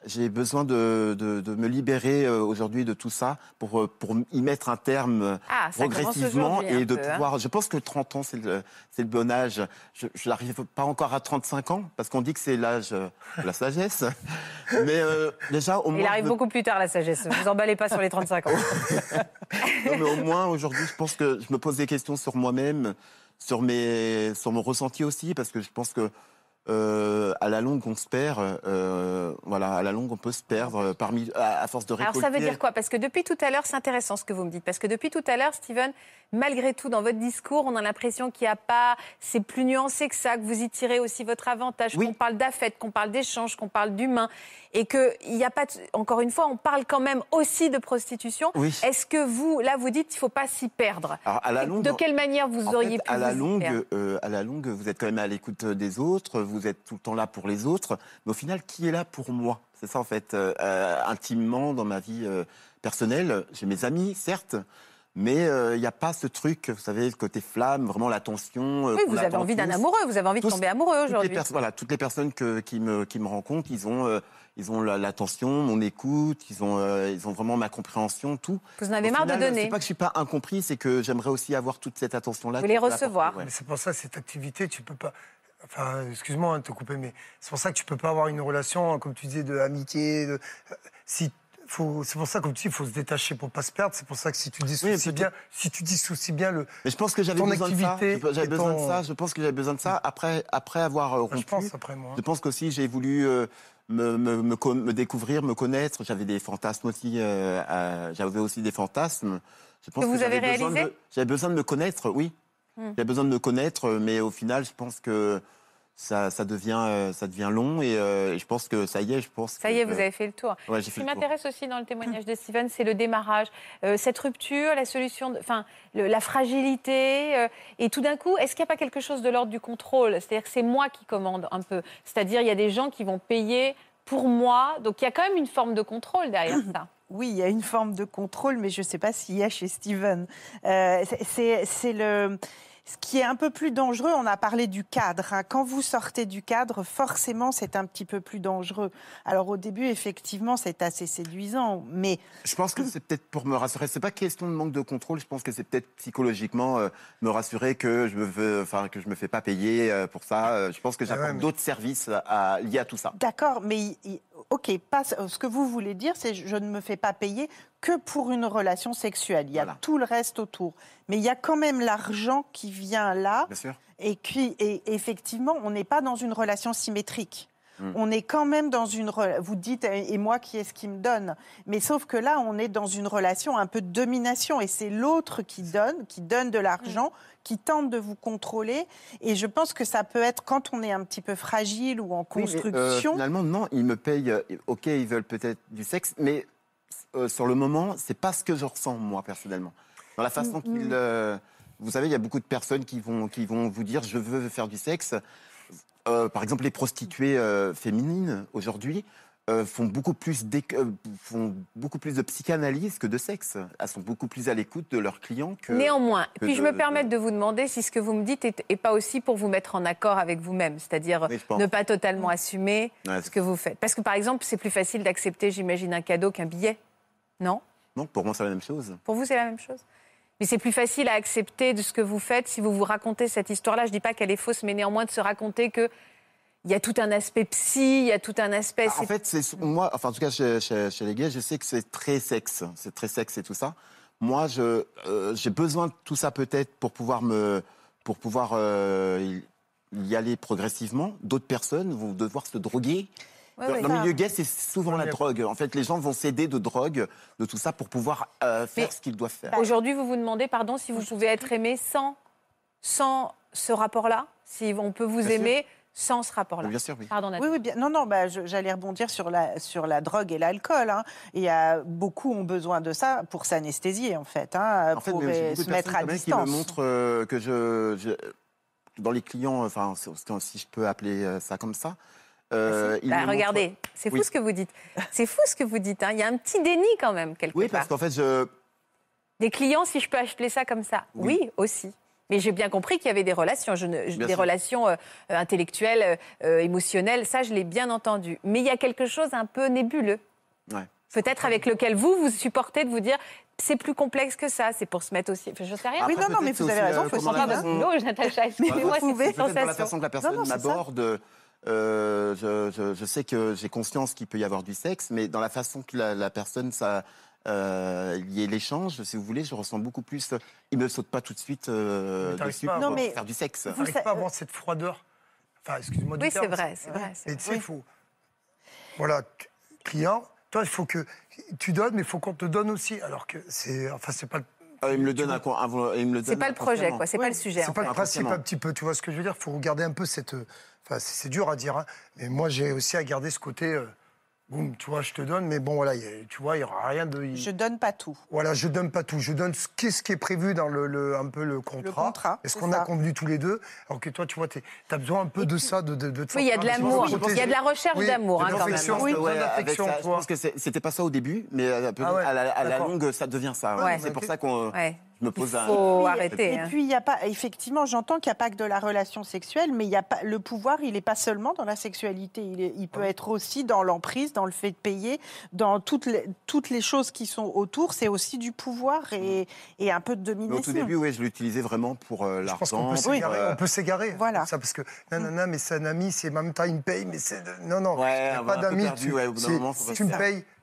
J'ai besoin de me libérer aujourd'hui de tout ça pour y mettre un terme progressivement et de pouvoir... Je pense que 30 ans, c'est le bon âge. Je n'arrive pas encore à 35 ans parce qu'on dit que c'est l'âge de la sagesse. Mais déjà, au moins... Il arrive beaucoup plus tard, la sagesse. Ne vous emballez pas sur les 35 ans. Non, mais au moins, aujourd'hui, je pense que je me pose des questions sur moi-même, sur mon ressenti aussi, parce que je pense que à la longue, on se perd. Voilà, à la longue, on peut se perdre à force de récolter. Alors, ça veut dire quoi? Parce que depuis tout à l'heure, c'est intéressant ce que vous me dites. Parce que depuis tout à l'heure, Steven, malgré tout, dans votre discours, on a l'impression qu'il n'y a pas... C'est plus nuancé que ça, que vous y tirez aussi votre avantage, qu'on parle d'affect, qu'on parle d'échange, qu'on parle d'humain. Et qu'il n'y a pas... Encore une fois, on parle quand même aussi de prostitution. Oui. Est-ce que vous, là, vous dites qu'il ne faut pas s'y perdre? Alors, à la longue, de quelle manière vous auriez pu à la longue, vous êtes quand même à l'écoute des autres, vous êtes tout le temps là pour les autres. Mais au final, qui est là pour moi? C'est ça, en fait, intimement, dans ma vie personnelle. J'ai mes amis, certes, mais il n'y a pas ce truc, vous savez, le côté flamme, vraiment l'attention. Oui, vous avez envie d'un amoureux, vous avez envie de tomber amoureux aujourd'hui. Toutes les personnes qui me rencontrent, ils ont l'attention, mon écoute, ils ont vraiment ma compréhension, tout. Vous en avez marre de donner. C'est pas que je suis pas incompris, c'est que j'aimerais aussi avoir toute cette attention-là. Vous les recevoir. Mais c'est pour ça, cette activité, tu peux pas... Enfin, excuse-moi de te couper, mais c'est pour ça que tu peux pas avoir une relation, comme tu disais, d'amitié. C'est pour ça, comme tu dis, il faut se détacher pour pas se perdre. C'est pour ça que si tu dissocies bien Mais je pense que j'avais besoin de ça. Je pense que j'avais besoin de ça après avoir rompu. Je pense après moi. Je pense qu'aussi j'ai voulu me découvrir, me connaître. J'avais des fantasmes aussi. J'avais aussi des fantasmes. Je pense que vous avez réalisé. J'avais besoin de me connaître, oui. J'avais besoin de me connaître, mais au final, je pense que ça devient long et je pense que ça y est, vous avez fait le tour. Ouais, Ce qui m'intéresse aussi dans le témoignage de Steven, c'est le démarrage, cette rupture, la solution, la fragilité, et tout d'un coup, est-ce qu'il n'y a pas quelque chose de l'ordre du contrôle? C'est-à-dire que c'est moi qui commande un peu. C'est-à-dire il y a des gens qui vont payer pour moi, donc il y a quand même une forme de contrôle derrière ça. Oui, il y a une forme de contrôle, mais je ne sais pas s'il y a chez Steven. Ce qui est un peu plus dangereux, on a parlé du cadre. Hein. Quand vous sortez du cadre, forcément, c'est un petit peu plus dangereux. Alors au début, effectivement, c'est assez séduisant, mais... Je pense que c'est peut-être pour me rassurer. C'est pas question de manque de contrôle. Je pense que c'est peut-être psychologiquement me rassurer que je me fais pas payer pour ça. Je pense que j'apporte d'autres services liés à tout ça. D'accord, mais ce que vous voulez dire, c'est je ne me fais pas payer que pour une relation sexuelle. Il y a tout le reste autour. Mais il y a quand même l'argent qui vient là. Bien sûr. Et effectivement, on n'est pas dans une relation symétrique. On est quand même dans une... Vous dites, et moi, qui est-ce qui me donne? Mais sauf que là, on est dans une relation un peu de domination. Et c'est l'autre qui donne de l'argent, qui tente de vous contrôler. Et je pense que ça peut être, quand on est un petit peu fragile ou en construction... finalement, non, ils me payent... OK, ils veulent peut-être du sexe, mais sur le moment, c'est pas ce que je ressens, moi, personnellement. Dans la façon qu'ils... vous savez, il y a beaucoup de personnes qui vont vous dire « je veux faire du sexe ». Par exemple, les prostituées féminines, aujourd'hui, font beaucoup plus de psychanalyse que de sexe. Elles sont beaucoup plus à l'écoute de leurs clients que... Néanmoins, puis je me permets de vous demander si ce que vous me dites n'est pas aussi pour vous mettre en accord avec vous-même, c'est-à-dire ne pas totalement assumer ce que vous faites. Parce que, par exemple, c'est plus facile d'accepter, j'imagine, un cadeau qu'un billet, non? Non, pour moi, c'est la même chose. Pour vous, c'est la même chose? Mais c'est plus facile à accepter de ce que vous faites si vous vous racontez cette histoire-là. Je ne dis pas qu'elle est fausse, mais néanmoins de se raconter qu'il y a tout un aspect psy, il y a tout un aspect... En fait, moi, en tout cas, chez les gays, je sais que c'est très sexe et tout ça. Moi, j'ai besoin de tout ça peut-être pour pouvoir y aller progressivement. D'autres personnes vont devoir se droguer. Dans le milieu gay, c'est souvent la drogue. En fait, les gens vont s'aider de drogue, de tout ça, pour pouvoir faire ce qu'ils doivent faire. Aujourd'hui, vous vous demandez, si vous pouvez être aimé sans ce rapport-là? Si on peut vous aimer sans ce rapport-là? Bien sûr, oui. Pardon, Nathalie. Oui, bien. Non, j'allais rebondir sur la drogue et l'alcool. Hein. Il y a beaucoup ont besoin de ça pour s'anesthésier, en fait, pour se mettre à distance. Qui me montrent que dans les clients, si je peux appeler ça comme ça, regardez, c'est fou ce que vous dites. C'est fou ce que vous dites. Hein. Il y a un petit déni quand même, quelque part. Oui, parce qu'en fait, Des clients, si je peux appeler ça comme ça. Oui, aussi. Mais j'ai bien compris qu'il y avait des relations, Bien des sûr. relations intellectuelles, émotionnelles, ça je l'ai bien entendu. Mais il y a quelque chose un peu nébuleux, Ouais. peut-être avec lequel vous supportez de vous dire c'est plus complexe que ça, c'est pour se mettre aussi... Enfin, je sais rien. Oui, Après, non, mais peut-être vous c'est avez aussi, raison, faut comment se la dire, personne- Non, Natacha, excusez-moi, vous pouvez. c'est Peut-être dans la sensation. façon que la personne Non, c'est ça. m'aborde. Je sais que j'ai conscience qu'il peut y avoir du sexe, mais dans la façon que la personne, il y ait l'échange, si vous voulez, je ressens beaucoup plus. Il me saute pas tout de suite t'arrives dessus pas à pour avoir- faire du sexe. Vous T'arrives sa- pas à avoir cette froideur. Enfin, excuse-moi du Oui, terme. c'est vrai, c'est vrai. Mais tu sais, il faut... Voilà, client, toi, il faut que... Tu donnes, mais il faut qu'on te donne aussi. Alors que c'est... Enfin, c'est pas... Il me le donne il me le C'est donne pas le projet, inconsciemment. quoi, c'est pas le sujet. C'est en pas fait. le principe Inconsciemment. un petit peu, tu vois ce que je veux dire. Il faut regarder un peu cette... Enfin, c'est dur à dire, hein, mais moi, j'ai aussi à garder ce côté... boum, tu vois, je te donne, mais bon, voilà, tu vois, il n'y aura rien de... Je donne pas tout. Voilà, je donne pas tout. Je donne ce qui est prévu dans un peu le contrat. Le contrat, Et ce c'est qu'on a ça. convenu tous les deux. Alors que toi, tu vois, t'as besoin un peu de ça, de te Oui, il y a sentir de un petit peu l'amour, protégé. il y a de la recherche Oui, d'amour, de hein, quand même. l'affection, Oui. de Ouais, avec l'affection, ça, tu je vois. pense que c'était pas ça au début, mais à ouais, la d'accord. longue, ça devient ça. Ouais. C'est pour ça qu'on Ouais. je me pose Il un... faut Oui, arrêter. Et hein. puis, il y a pas, effectivement, j'entends qu'il n'y a pas que de la relation sexuelle, mais il y a pas, le pouvoir, il n'est pas seulement dans la sexualité. Il peut être aussi dans l'emprise, dans le fait de payer, dans toutes les choses qui sont autour. C'est aussi du pouvoir et un peu de Mais au domination. tout début, oui, je l'utilisais vraiment pour Je pense qu'on l'argent. peut s'égarer. On peut s'égarer. Voilà. comme ça, parce que nanana, mais c'est un ami, c'est en même temps, il me paye, mais c'est. Non, non. Ouais, y a on pas va un peu d'amis. perdu, ouais, au bout d'un moment, faut Tu me rester. payes.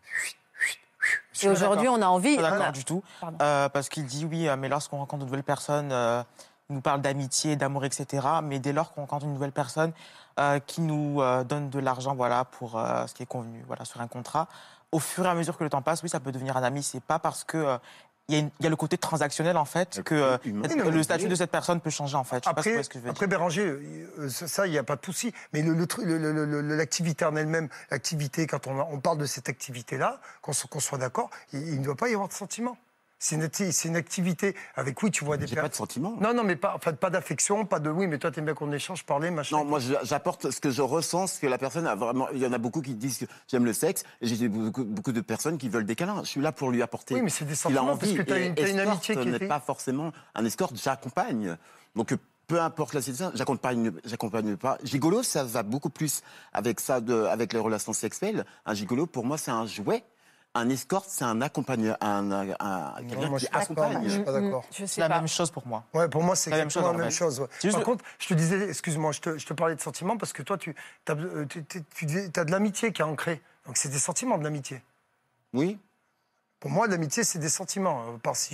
Et aujourd'hui, on a envie... Pas on a- d'accord du tout. Pardon. Parce qu'il dit oui, mais lorsqu'on rencontre de nouvelles personnes, il nous parle d'amitié, d'amour, etc. Mais dès lors qu'on rencontre une nouvelle personne qui nous donne de l'argent, voilà, pour ce qui est convenu, voilà, sur un contrat, au fur et à mesure que le temps passe, oui, ça peut devenir un ami. C'est pas parce que il y a le côté transactionnel en fait que humain. le statut de cette personne peut changer en fait. Je sais pas Après, ce que je veux après dire. Béranger, ça, il n'y a pas de souci. Mais l'activité en elle-même, l'activité, quand on parle de cette activité-là, qu'on soit d'accord, il ne doit pas y avoir de sentiment. C'est une activité avec, oui, tu vois des J'ai pas de sentiment. Non, non, mais pas d'affection, pas de oui, mais toi, t'aimes bien qu'on échange, parler, machin. Non, moi j'apporte ce que je ressens, ce que la personne a vraiment. Il y en a beaucoup qui disent que j'aime le sexe, et j'ai beaucoup de personnes qui veulent des câlins. Je suis là pour lui apporter. Oui, mais c'est des ce qu'il a sentiments, parce envie. que t'as Et une escorte amitié qui n'est était- pas forcément un escorte, j'accompagne. Donc peu importe la situation, j'accompagne pas. Gigolo, ça va beaucoup plus avec ça, avec les relations sexuelles. Un gigolo, pour moi, c'est un jouet. Un escorte, c'est un accompagnant, Non, quelqu'un moi, qui je suis pas accompagne. d'accord. Je C'est sais la pas. même chose pour moi. Ouais, pour moi, c'est La même exactement chose, la en même fait. chose. Ouais. C'est juste Par contre, je te disais, excuse-moi, je te parlais de sentiments parce que toi, tu as de l'amitié qui est ancrée. Donc, c'est des sentiments de l'amitié. Oui. Pour moi, l'amitié, c'est des sentiments. Par si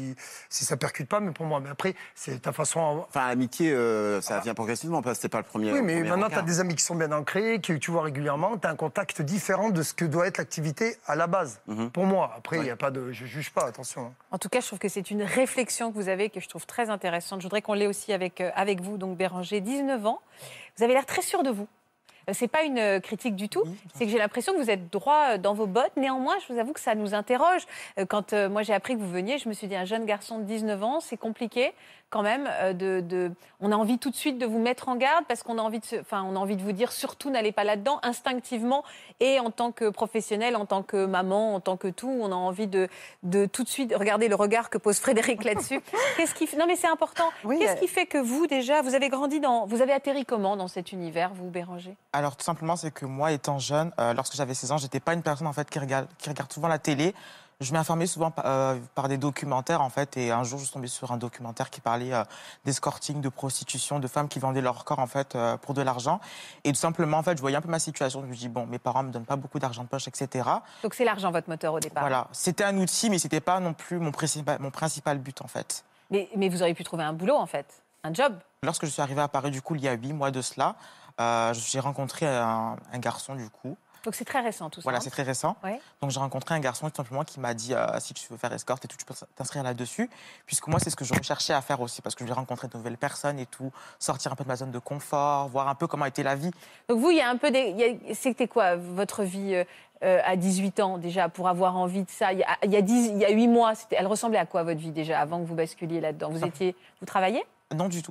ça percute pas, mais pour moi. Mais après, c'est ta façon. Enfin, l'amitié, ça vient progressivement, parce que c'est pas le premier. Oui, mais premier maintenant, tu as regard. des amis qui sont bien ancrés, que tu vois régulièrement. Tu as un contact différent de ce que doit être l'activité à la base. Pour moi. Après, il y a pas de. Je juge pas, attention. hein. En tout cas, je trouve que c'est une réflexion que vous avez que je trouve très intéressante. Je voudrais qu'on l'ait aussi avec vous, donc Béranger, 19 ans. Vous avez l'air très sûr de vous. C'est pas une critique du tout, c'est que j'ai l'impression que vous êtes droit dans vos bottes. Néanmoins, je vous avoue que ça nous interroge. Quand moi j'ai appris que vous veniez, je me suis dit un jeune garçon de 19 ans, c'est compliqué quand même. On a envie tout de suite de vous mettre en garde parce qu'on a envie de vous dire surtout n'allez pas là-dedans instinctivement. Et en tant que professionnel, en tant que maman, en tant que tout, on a envie de tout de suite regarder le regard que pose Frédéric là-dessus. Non mais c'est important. Oui, Qu'est-ce qui fait que vous déjà, vous avez atterri comment dans cet univers, vous Béranger? Alors tout simplement, c'est que moi, étant jeune, lorsque j'avais 16 ans, j'étais pas une personne en fait qui regarde souvent la télé. Je m'informais souvent par des documentaires en fait, et un jour je suis tombée sur un documentaire qui parlait d'escorting, de prostitution, de femmes qui vendaient leur corps en fait pour de l'argent. Et tout simplement en fait, je voyais un peu ma situation. Je me dis bon, mes parents me donnent pas beaucoup d'argent de poche, etc. Donc c'est l'argent votre moteur au départ. Voilà, c'était un outil, mais c'était pas non plus mon principal but en fait. Mais vous auriez pu trouver un boulot en fait, un job. Lorsque je suis arrivée à Paris, du coup, il y a 8 mois de cela, j'ai rencontré un garçon, du coup. Donc c'est très récent tout ça. Voilà, hein. c'est très récent. Ouais. Donc j'ai rencontré un garçon tout simplement qui m'a dit si tu veux faire escorte et tout, tu peux t'inscrire là-dessus. Puisque moi, c'est ce que je recherchais à faire aussi, parce que je voulais rencontrer de nouvelles personnes et tout, sortir un peu de ma zone de confort, voir un peu comment était la vie. Donc vous, il y a un peu c'était quoi votre vie à 18 ans déjà pour avoir envie de ça? Il y a 8 mois, elle ressemblait à quoi votre vie déjà avant que vous basculiez là-dedans? Vous travailliez? Non, du tout.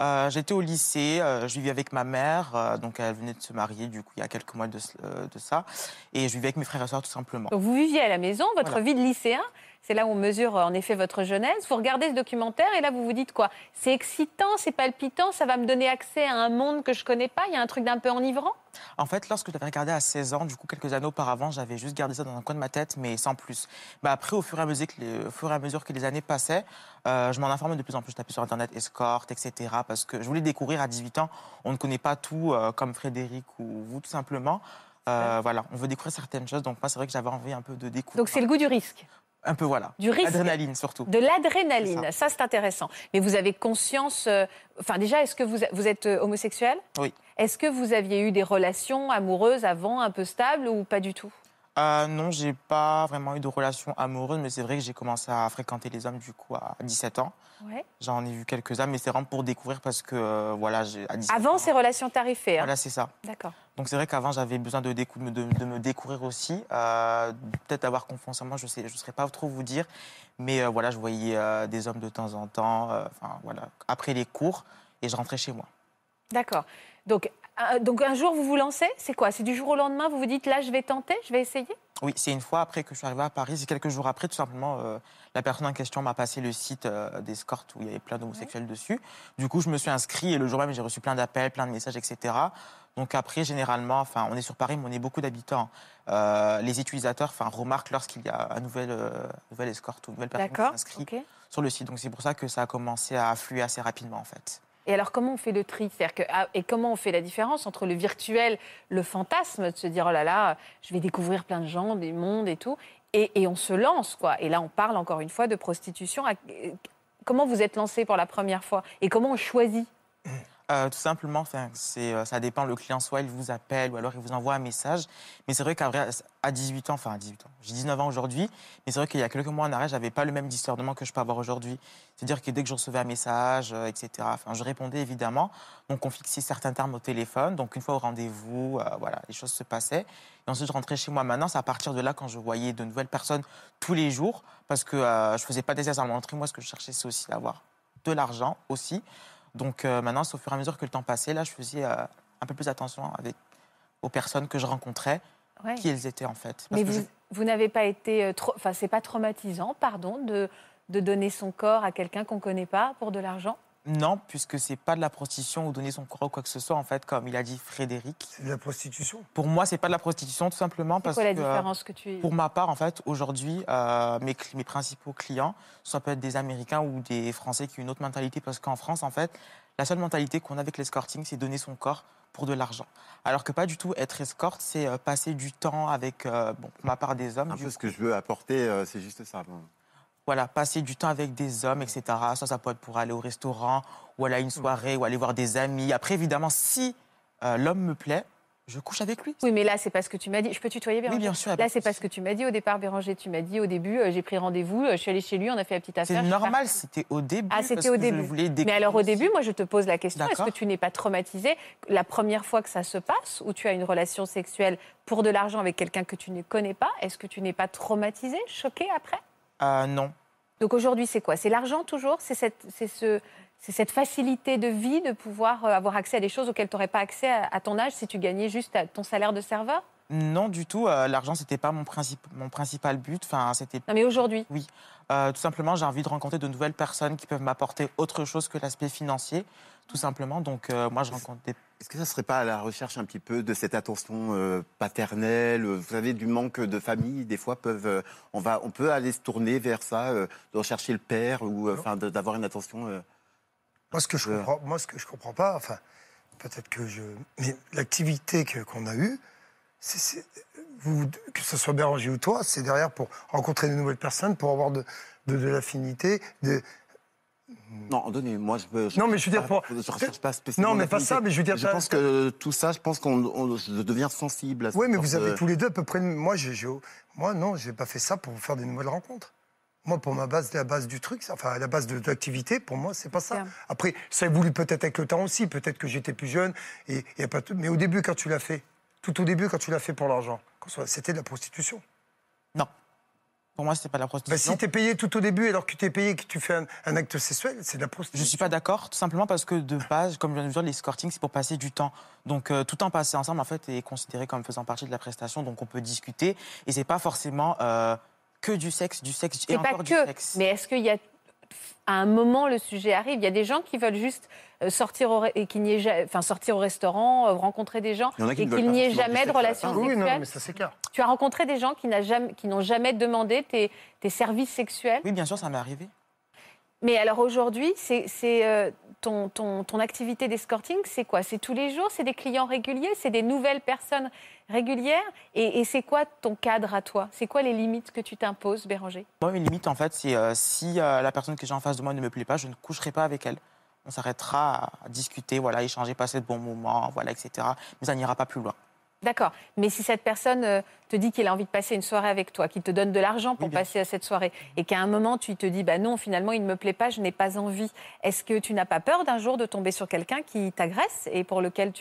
J'étais au lycée, je vivais avec ma mère, donc elle venait de se marier, du coup, il y a quelques mois de ça. Et je vivais avec mes frères et sœurs, tout simplement. Donc vous viviez à la maison, votre Voilà. vie de lycéen, c'est là où on mesure en effet votre jeunesse. Vous regardez ce documentaire et là vous vous dites quoi? C'est excitant, c'est palpitant, ça va me donner accès à un monde que je connais pas, il y a un truc d'un peu enivrant? En fait, lorsque je l'avais regardé à 16 ans, du coup, quelques années auparavant, j'avais juste gardé ça dans un coin de ma tête, mais sans plus. Bah, après, au fur et à mesure que les années passaient, je m'en informais de plus en plus. Je tapais sur Internet, escorte, etc. Parce que je voulais découvrir à 18 ans. On ne connaît pas tout, comme Frédéric ou vous, tout simplement. Voilà, on veut découvrir certaines choses. Donc, moi, c'est vrai que j'avais envie un peu de découvrir. Donc c'est le goût du risque. Un peu, voilà. Du risque. L'adrénaline, surtout. De l'adrénaline, C'est ça c'est intéressant. Mais vous avez conscience... Enfin déjà, est-ce que vous êtes homosexuel? Oui. Est-ce que vous aviez eu des relations amoureuses avant, un peu stables ou pas du tout? Non, j'ai pas vraiment eu de relation amoureuse, mais c'est vrai que j'ai commencé à fréquenter les hommes, du coup, à 17 ans. Ouais. J'en ai vu quelques-uns, mais c'est vraiment pour découvrir parce que, voilà, à 17 Avant ans... ces relations tarifées, hein. Voilà, c'est ça. D'accord. Donc c'est vrai qu'avant, j'avais besoin de me découvrir aussi. Peut-être avoir confiance en moi, je ne saurais pas trop vous dire. Mais voilà, je voyais des hommes de temps en temps, voilà, après les cours, et je rentrais chez moi. D'accord. Donc un jour, vous vous lancez, c'est quoi? C'est du jour au lendemain, vous vous dites, là, je vais tenter, je vais essayer? Oui, c'est une fois après que je suis arrivé à Paris, c'est quelques jours après, tout simplement, la personne en question m'a passé le site d'escorte où il y avait plein d'homosexuels dessus. Du coup, je me suis inscrit et le jour même, j'ai reçu plein d'appels, plein de messages, etc. Donc après, généralement, enfin, on est sur Paris, mais on est beaucoup d'habitants. Les utilisateurs remarquent lorsqu'il y a une nouvelle escorte ou une nouvelle personne qui s'inscrit sur le site. Donc c'est pour ça que ça a commencé à affluer assez rapidement, en fait. Et alors, comment on fait le tri? Et comment on fait la différence entre le virtuel, le fantasme de se dire, oh là là, je vais découvrir plein de gens, des mondes et tout, et on se lance, quoi. Et là, on parle encore une fois de prostitution. Comment vous êtes lancé pour la première fois? Et comment on choisit? Tout simplement, ça dépend. Le client, soit il vous appelle ou alors il vous envoie un message. Mais c'est vrai qu'à 18 ans, j'ai 19 ans aujourd'hui, mais c'est vrai qu'il y a quelques mois en arrière, je n'avais pas le même discernement que je peux avoir aujourd'hui. C'est-à-dire que dès que je recevais un message, etc., je répondais évidemment. Donc on fixait certains termes au téléphone. Donc une fois au rendez-vous, voilà, les choses se passaient. Et ensuite, je rentrais chez moi. Maintenant, c'est à partir de là, quand je voyais de nouvelles personnes tous les jours, parce que je ne faisais pas des à l'entrée. Moi, ce que je cherchais, c'est aussi d'avoir de l'argent aussi. Donc maintenant, c'est au fur et à mesure que le temps passait, là, je faisais un peu plus attention aux personnes que je rencontrais, qui elles étaient en fait. Mais vous n'avez pas été... c'est pas traumatisant, pardon, de donner son corps à quelqu'un qu'on ne connaît pas pour de l'argent? Non, puisque c'est pas de la prostitution ou donner son corps ou quoi que ce soit, en fait, comme il a dit Frédéric. C'est de la prostitution. Pour moi, c'est pas de la prostitution, tout simplement parce que... C'est quoi la différence que tu... Pour ma part, en fait, aujourd'hui, mes principaux clients, ça peut être des Américains ou des Français qui ont une autre mentalité, parce qu'en France, en fait, la seule mentalité qu'on a avec l'escorting, c'est donner son corps pour de l'argent. Alors que pas du tout, être escorte, c'est passer du temps avec, pour ma part, des hommes. Un peu ce que je veux apporter, c'est juste ça. Bon. Voilà, passer du temps avec des hommes, etc. Ça peut être pour aller au restaurant, ou aller à une soirée, ou aller voir des amis. Après, évidemment, si l'homme me plaît, je couche avec lui. Oui, mais là, c'est pas ce que tu m'as dit. Je peux tutoyer, Béranger? Oui, bien sûr. Là, c'est pas ce que tu m'as dit au départ, Béranger. Tu m'as dit au début, j'ai pris rendez-vous, je suis allée chez lui, on a fait la petite affaire. C'est normal, c'était au début. Ah, c'était au début. Mais alors, au début, moi, je te pose la question, est-ce que tu n'es pas traumatisée la première fois que ça se passe, où tu as une relation sexuelle pour de l'argent avec quelqu'un que tu ne connais pas? Est-ce que tu n'es pas traumatisée, choquée après? Non. Donc aujourd'hui, c'est quoi? C'est l'argent toujours? C'est cette facilité de vie de pouvoir avoir accès à des choses auxquelles tu n'aurais pas accès à ton âge si tu gagnais juste ton salaire de serveur? Non, du tout. L'argent, c'était pas mon principal but. C'était... Non, mais aujourd'hui? Oui. Tout simplement, j'ai envie de rencontrer de nouvelles personnes qui peuvent m'apporter autre chose que l'aspect financier, tout simplement. Donc, moi, je rencontre des... Est-ce que ça ne serait pas à la recherche un petit peu de cette attention paternelle? Vous savez, du manque de famille, des fois, on peut aller se tourner vers ça, de rechercher le père ou d'avoir une attention... Moi, ce que je comprends pas, peut-être que mais l'activité qu'on a eue, que ce soit Béranger ou toi, c'est derrière pour rencontrer de nouvelles personnes, pour avoir de l'affinité, Non, moi non, mais je veux dire, je recherche pas spécialement. Non, mais pas ça, mais je veux dire. Je pense que tout ça, qu'on devient sensible à ça. Oui, mais vous avez tous les deux à peu près. Moi, non, j'ai pas fait ça pour faire des nouvelles rencontres. Moi, pour la base du truc, la base de l'activité, pour moi, c'est pas ça. Bien. Après, ça évolue peut-être avec le temps aussi. Peut-être que j'étais plus jeune et y a pas tout. Mais au début, quand tu l'as fait, tout au début, quand tu l'as fait pour l'argent, c'était de la prostitution. Non. Pour moi, c'est pas de la Bah, prostitution. si tu es payé tout au début alors que tu es payé et que tu fais un acte sexuel, c'est de la prostitution. Je suis pas d'accord, tout simplement parce que de base, comme je viens de dire, l'escorting, c'est pour passer du temps. Donc tout temps passé ensemble, en fait, est considéré comme faisant partie de la prestation, donc on peut discuter. Et c'est pas forcément que du sexe et C'est encore pas du que, sexe. mais est-ce qu'il y a, à un moment, le sujet arrive, il y a des gens qui veulent juste sortir au restaurant, rencontrer des gens, Il y en a qui et ne veulent qu'il pas n'y ait forcément jamais du de sexe à la relations fin. Oui, sexuelles. non, mais ça c'est clair. Tu as rencontré des gens qui n'ont jamais demandé tes services sexuels. Oui, bien sûr, ça m'est arrivé. Mais alors aujourd'hui, ton activité d'escorting, c'est quoi? C'est tous les jours? C'est des clients réguliers? C'est des nouvelles personnes régulières? Et c'est quoi ton cadre à toi? C'est quoi les limites que tu t'imposes, Béranger? Moi, mes limites, en fait, c'est si la personne que j'ai en face de moi ne me plaît pas, je ne coucherai pas avec elle. On s'arrêtera à discuter, voilà, échanger, passer de bons moments, voilà, etc. Mais ça n'ira pas plus loin. D'accord. Mais si cette personne te dit qu'il a envie de passer une soirée avec toi, qu'il te donne de l'argent pour Oui, bien passer à cette soirée, et qu'à un moment tu te dis, bah non, finalement il ne me plaît pas, je n'ai pas envie, est-ce que tu n'as pas peur d'un jour de tomber sur quelqu'un qui t'agresse et pour lequel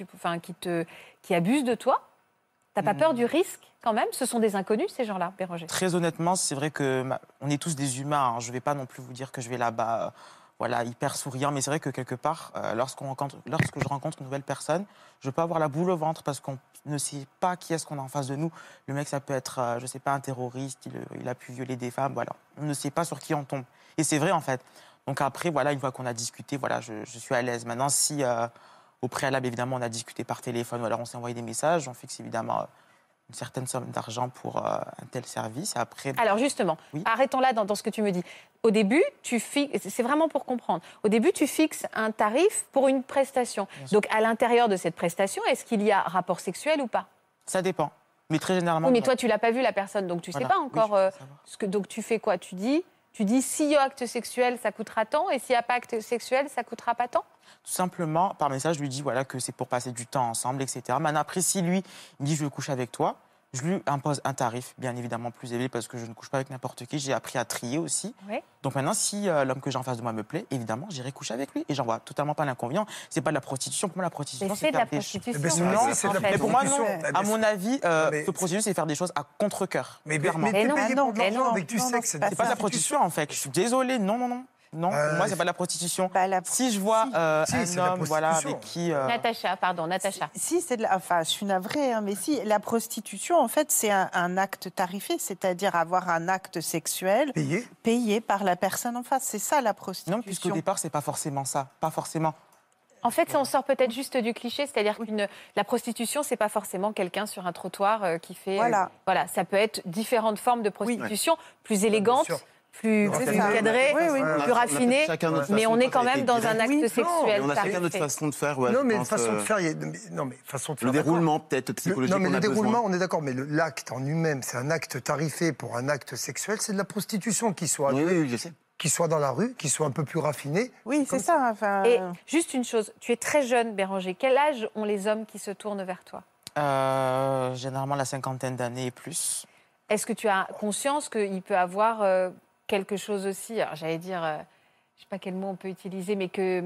qui abuse de toi? T'as pas peur du risque quand même? Ce sont des inconnus, ces gens-là, Béranger. Très honnêtement, c'est vrai que on est tous des humains. Hein. Je ne vais pas non plus vous dire que je vais là-bas, voilà, hyper souriant. Mais c'est vrai que quelque part, lorsque je rencontre une nouvelle personne, je peux avoir la boule au ventre parce qu'on ne sait pas qui est-ce qu'on a en face de nous. Le mec, ça peut être, je sais pas, un terroriste. Il a pu violer des femmes. Voilà, on ne sait pas sur qui on tombe. Et c'est vrai en fait. Donc après, voilà, une fois qu'on a discuté, voilà, je suis à l'aise. Maintenant, si au préalable, évidemment, on a discuté par téléphone, ou alors on s'est envoyé des messages, on fixe évidemment une certaine somme d'argent pour un tel service. Et après, Alors justement, Oui. arrêtons là dans ce que tu me dis. Au début, c'est vraiment pour comprendre. Au début, tu fixes un tarif pour une prestation. Donc à l'intérieur de cette prestation, est-ce qu'il y a rapport sexuel ou pas? ça dépend. Mais très généralement. Oui, mais non. toi, tu l'as pas vu la personne, donc tu Voilà. sais pas Oui, encore. je peux savoir. Donc tu fais quoi? Tu dis s'il y a acte sexuel, ça coûtera tant, et s'il n'y a pas acte sexuel, ça coûtera pas tant? Tout simplement, par message, je lui dis voilà, que c'est pour passer du temps ensemble, etc. Maintenant, après, si lui il me dit je veux coucher avec toi, je lui impose un tarif bien évidemment plus élevé parce que je ne couche pas avec n'importe qui. J'ai appris à trier aussi. Oui. Donc maintenant, si l'homme que j'ai en face de moi me plaît, évidemment, j'irai coucher avec lui. Et j'en vois totalement pas l'inconvénient. C'est pas de la prostitution. Pour moi, la prostitution, Mais c'est de la faire des prostitution. Eh ben, c'est- en non, fait. c'est de la Mais pour moi, non. prostitution. À mon avis, mais- se prostituer, c'est faire des choses à contre-cœur. Mais clairement. t'es non, payé non, pour de mais l'argent non, avec du non, sexe. c'est pas C'est pas de la prostitution, en fait. Je suis désolé. Non, non, non. Non, pour moi, c'est pas de la prostitution. Bah, Si je vois Si, c'est de un la homme voilà, prostitution. avec qui... Natacha. Si, c'est enfin, je suis navrée, hein, mais si, la prostitution, en fait, c'est un acte tarifé, c'est-à-dire avoir un acte sexuel Payé. payé par la personne en face. C'est ça, la prostitution. Non, puisqu'au départ, c'est pas forcément ça. Pas forcément. En fait, on sort peut-être juste du cliché, c'est-à-dire que la prostitution, c'est pas forcément quelqu'un sur un trottoir qui fait. Voilà. Voilà, ça peut être différentes formes de prostitution, plus élégantes, bien sûr. plus C'est ça. cadrées, Oui, oui. plus raffinées, chacun notre mais façon on de est quand faire, même et dans un direct. acte Oui, sexuel. Et on a chacun notre tarifé. façon de faire. Ouais, Non, je mais pense, façon de faire, non, mais façon de faire. Le d'accord. déroulement, peut-être psychologique. Non, mais on le a besoin. déroulement, on est d'accord, mais l'acte en lui-même, c'est un acte tarifé pour un acte sexuel, c'est de la prostitution, qu'il soit, Oui, oui, je sais. qu'il soit dans la rue, qu'il soit un peu plus raffiné. Oui, c'est ça. Enfin, Et juste une chose, tu es très jeune, Béranger. Quel âge ont les hommes qui se tournent vers toi? Généralement, la cinquantaine d'années et plus. Est-ce que tu as conscience qu'il peut avoir quelque chose aussi, alors j'allais dire, je ne sais pas quel mot on peut utiliser, mais que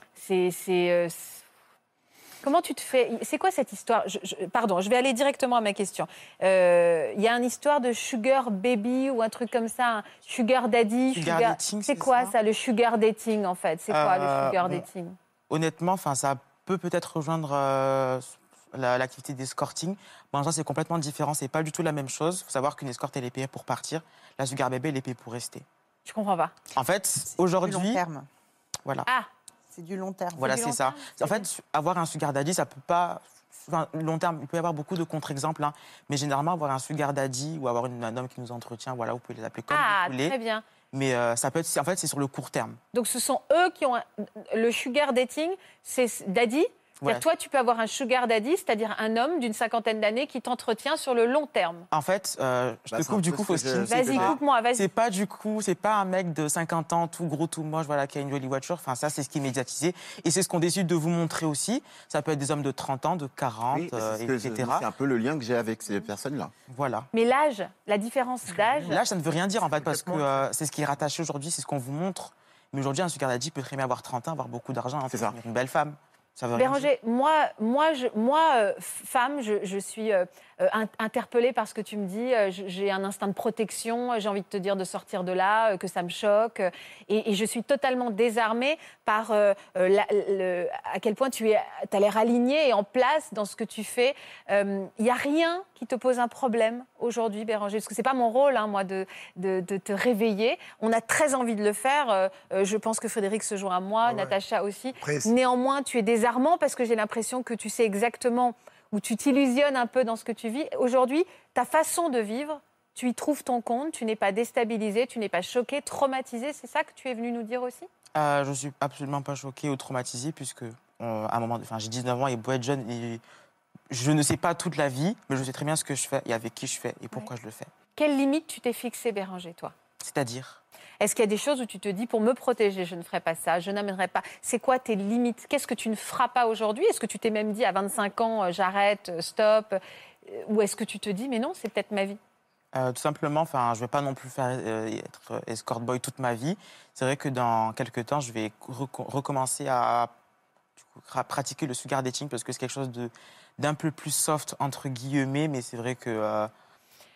comment tu te fais? C'est quoi cette histoire? Pardon, je vais aller directement à ma question. Il y a une histoire de sugar baby ou un truc comme ça, un sugar daddy. Sugar dating, c'est c'est quoi ça ça, le sugar dating en fait? C'est quoi le sugar bon. dating? Honnêtement, ça peut-être rejoindre l'activité d'escorting. Bon, ça, c'est complètement différent. C'est pas du tout la même chose. Il faut savoir qu'une escorte, elle est payée pour partir. La sugar baby, elle est payée pour rester. Je comprends pas. En fait, c'est du aujourd'hui... long terme. Voilà. Ah, C'est du long terme. Voilà, du c'est long ça. terme, En fait, avoir un sugar daddy, ça peut pas... Enfin, long terme, il peut y avoir beaucoup de contre-exemples, hein. Mais généralement, avoir un sugar daddy ou avoir un homme qui nous entretient, voilà, vous pouvez les appeler comme vous voulez. très bien. Mais ça peut être... En fait, c'est sur le court terme. Donc ce sont eux qui ont le sugar dating, c'est daddy. C'est-à-dire, Ouais. toi, tu peux avoir un sugar daddy, c'est-à-dire un homme d'une cinquantaine d'années qui t'entretient sur le long terme. En fait, je Bah, te c'est un coupe du peu coup, ce que Faustine. je- Vas-y, vrai. coupe-moi, vas-y. C'est pas du coup, c'est pas un mec de 50 ans, tout gros, tout moche, voilà, qui a une jolie voiture. Enfin, ça, c'est ce qui est médiatisé. Et c'est ce qu'on décide de vous montrer aussi. Ça peut être des hommes de 30 ans, de 40, Oui, c'est ce que je etc. dis, c'est un peu le lien que j'ai avec ces personnes-là. Voilà. Mais l'âge, la différence d'âge, Là, ça ne veut rien dire, en fait, parce que Complètement. c'est ce qui est rattaché aujourd'hui, c'est ce qu'on vous montre. Mais aujourd'hui, un sugar daddy peut très bien avoir 30 ans, avoir beaucoup d'argent, C'est ça. devenir une belle femme. Ça veut rien dire. Béranger, femme, je suis interpellée par ce que tu me dis. J'ai un instinct de protection. J'ai envie de te dire de sortir de là, que ça me choque. Et je suis totalement désarmée par à quel point tu as l'air alignée et en place dans ce que tu fais. Il n'y a rien qui te pose un problème aujourd'hui, Béranger, parce que ce n'est pas mon rôle, moi, de te réveiller. On a très envie de le faire. Je pense que Frédéric se joint à moi, Natacha aussi. Après, Néanmoins, tu es désarmant parce que j'ai l'impression que tu sais exactement où tu t'illusionnes un peu dans ce que tu vis. Aujourd'hui, ta façon de vivre, tu y trouves ton compte, tu n'es pas déstabilisé, tu n'es pas choqué, traumatisé. C'est ça que tu es venu nous dire aussi ? Je ne suis absolument pas choquée ou traumatisée puisque à un moment, j'ai 19 ans et beau être jeune et je ne sais pas toute la vie, mais je sais très bien ce que je fais et avec qui je fais et pourquoi je le fais. Quelle limite tu t'es fixée, Béranger, toi ? C'est-à-dire ? Est-ce qu'il y a des choses où tu te dis, pour me protéger, je ne ferai pas ça, je n'amènerai pas... C'est quoi tes limites ? Qu'est-ce que tu ne feras pas aujourd'hui ? Est-ce que tu t'es même dit, à 25 ans, j'arrête, stop ? Ou est-ce que tu te dis, mais non, c'est peut-être ma vie ? Tout simplement, je ne vais pas non plus être escort boy toute ma vie. C'est vrai que dans quelques temps, je vais recommencer à pratiquer le sugar dating parce que c'est quelque chose d'un peu plus soft, entre guillemets, mais c'est vrai que... Natacha ?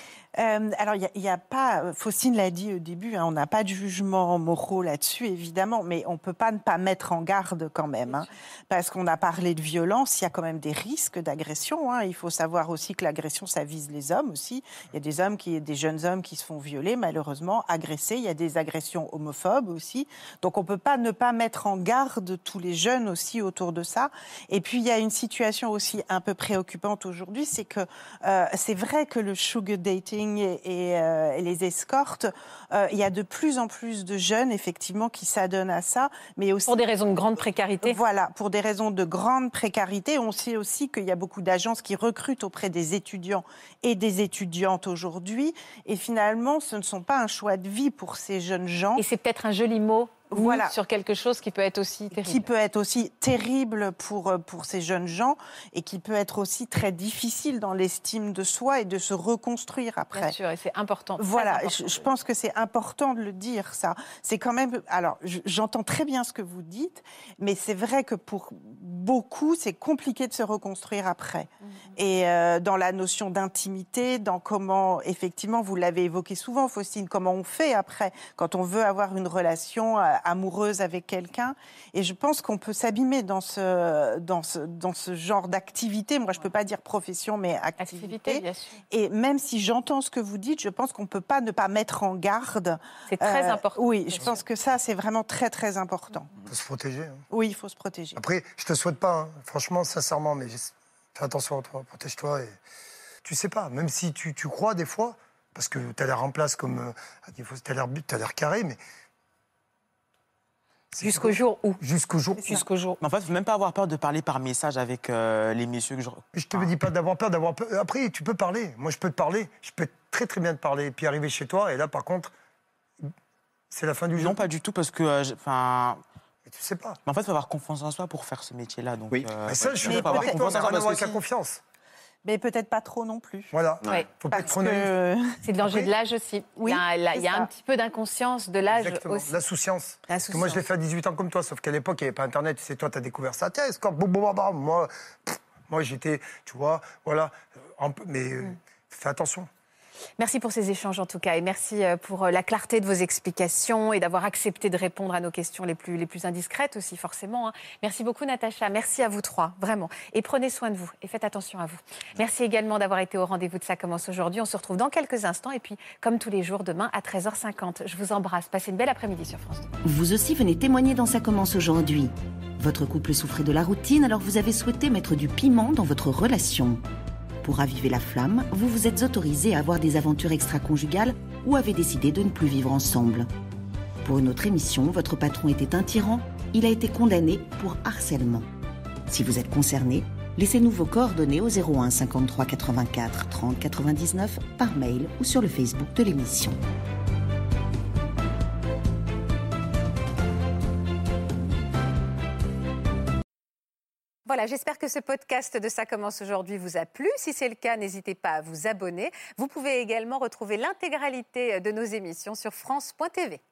Alors, il y a pas... Faustine l'a dit au début, on n'a pas de jugement moraux là-dessus, évidemment, mais on ne peut pas ne pas mettre en garde quand même. Parce qu'on a parlé de violence, il y a quand même des risques d'agression. Il faut savoir aussi que l'agression, ça vise les hommes aussi. Il y a des jeunes hommes qui se font violer, malheureusement, agressés. Il y a des agressions homophobes aussi. Donc, on ne peut pas ne pas mettre en garde tous les jeunes aussi autour de ça. Et puis, il y a une situation aussi un peu préoccupante aujourd'hui, c'est que c'est vrai que le sugar dating et les escortes, il y a de plus en plus de jeunes, effectivement, qui s'adonnent à ça. Mais aussi, pour des raisons de grande précarité. Voilà, pour des raisons de grande précarité. On sait aussi qu'il y a beaucoup d'agences qui recrutent auprès des étudiants et des étudiantes aujourd'hui. Et finalement, ce ne sont pas un choix de vie pour ces jeunes gens. Et c'est peut-être un joli mot. Sur quelque chose qui peut être aussi terrible. Qui peut être aussi terrible pour ces jeunes gens et qui peut être aussi très difficile dans l'estime de soi et de se reconstruire après. Bien sûr, et c'est important. Voilà, je pense que c'est important de le dire, ça. C'est quand même... Alors, j'entends très bien ce que vous dites, mais c'est vrai que pour beaucoup, c'est compliqué de se reconstruire après. Et dans la notion d'intimité, dans comment, effectivement, vous l'avez évoqué souvent, Faustine, comment on fait après, quand on veut avoir une relation amoureuse avec quelqu'un. Et je pense qu'on peut s'abîmer dans ce genre d'activité. Moi, je ne peux pas dire profession, mais activité. Bien sûr. Et même si j'entends ce que vous dites, je pense qu'on ne peut pas ne pas mettre en garde. C'est très important. Oui, je pense que ça, c'est vraiment très, très important. Il faut se protéger. Oui, il faut se protéger. Après, je ne te souhaite pas, franchement, sincèrement, mais fais attention à toi, protège-toi. Et... Tu sais pas, même si tu crois des fois, parce que tu as l'air en place comme... tu as l'air carré, mais... Jusqu'au jour où Jusqu'au jour. Mais en fait, il ne faut même pas avoir peur de parler par message avec les messieurs que je... Je te dis pas d'avoir peur, Après, tu peux parler. Moi, je peux te parler. Je peux très, très bien te parler. Et puis arriver chez toi, et là, par contre, c'est la fin du jeu. Non, pas du tout, parce que... Mais tu sais pas. Mais en fait, il faut avoir confiance en soi pour faire ce métier-là. Donc, oui. Mais ça, je suis pas avoir confiance en soi avec parce la que confiance. Mais peut-être pas trop non plus. Voilà. Ouais. Faut pas être Parce trop naïf. que... c'est le danger de l'âge aussi. Oui, il y a un petit peu d'inconscience de l'âge Exactement. aussi. L'insouciance. Parce que moi, je l'ai fait à 18 ans comme toi, sauf qu'à l'époque, il n'y avait pas Internet. Tu sais, toi, tu as découvert ça. Tiens, escorte, moi, j'étais, tu vois, voilà. Mais fais attention. Merci pour ces échanges en tout cas et merci pour la clarté de vos explications et d'avoir accepté de répondre à nos questions les plus indiscrètes aussi forcément. Merci beaucoup Natacha, merci à vous trois, vraiment. Et prenez soin de vous et faites attention à vous. Merci également d'avoir été au rendez-vous de Ça commence aujourd'hui. On se retrouve dans quelques instants et puis comme tous les jours demain à 13h50. Je vous embrasse, passez une belle après-midi sur France 2. Vous aussi venez témoigner dans Ça commence aujourd'hui. Votre couple souffrait de la routine, alors vous avez souhaité mettre du piment dans votre relation. Pour raviver la flamme, vous vous êtes autorisé à avoir des aventures extra-conjugales ou avez décidé de ne plus vivre ensemble. Pour une autre émission, votre patron était un tyran, il a été condamné pour harcèlement. Si vous êtes concerné, laissez-nous vos coordonnées au 01 53 84 30 99 par mail ou sur le Facebook de l'émission. Voilà, j'espère que ce podcast de Ça commence aujourd'hui vous a plu. Si c'est le cas, n'hésitez pas à vous abonner. Vous pouvez également retrouver l'intégralité de nos émissions sur France.tv.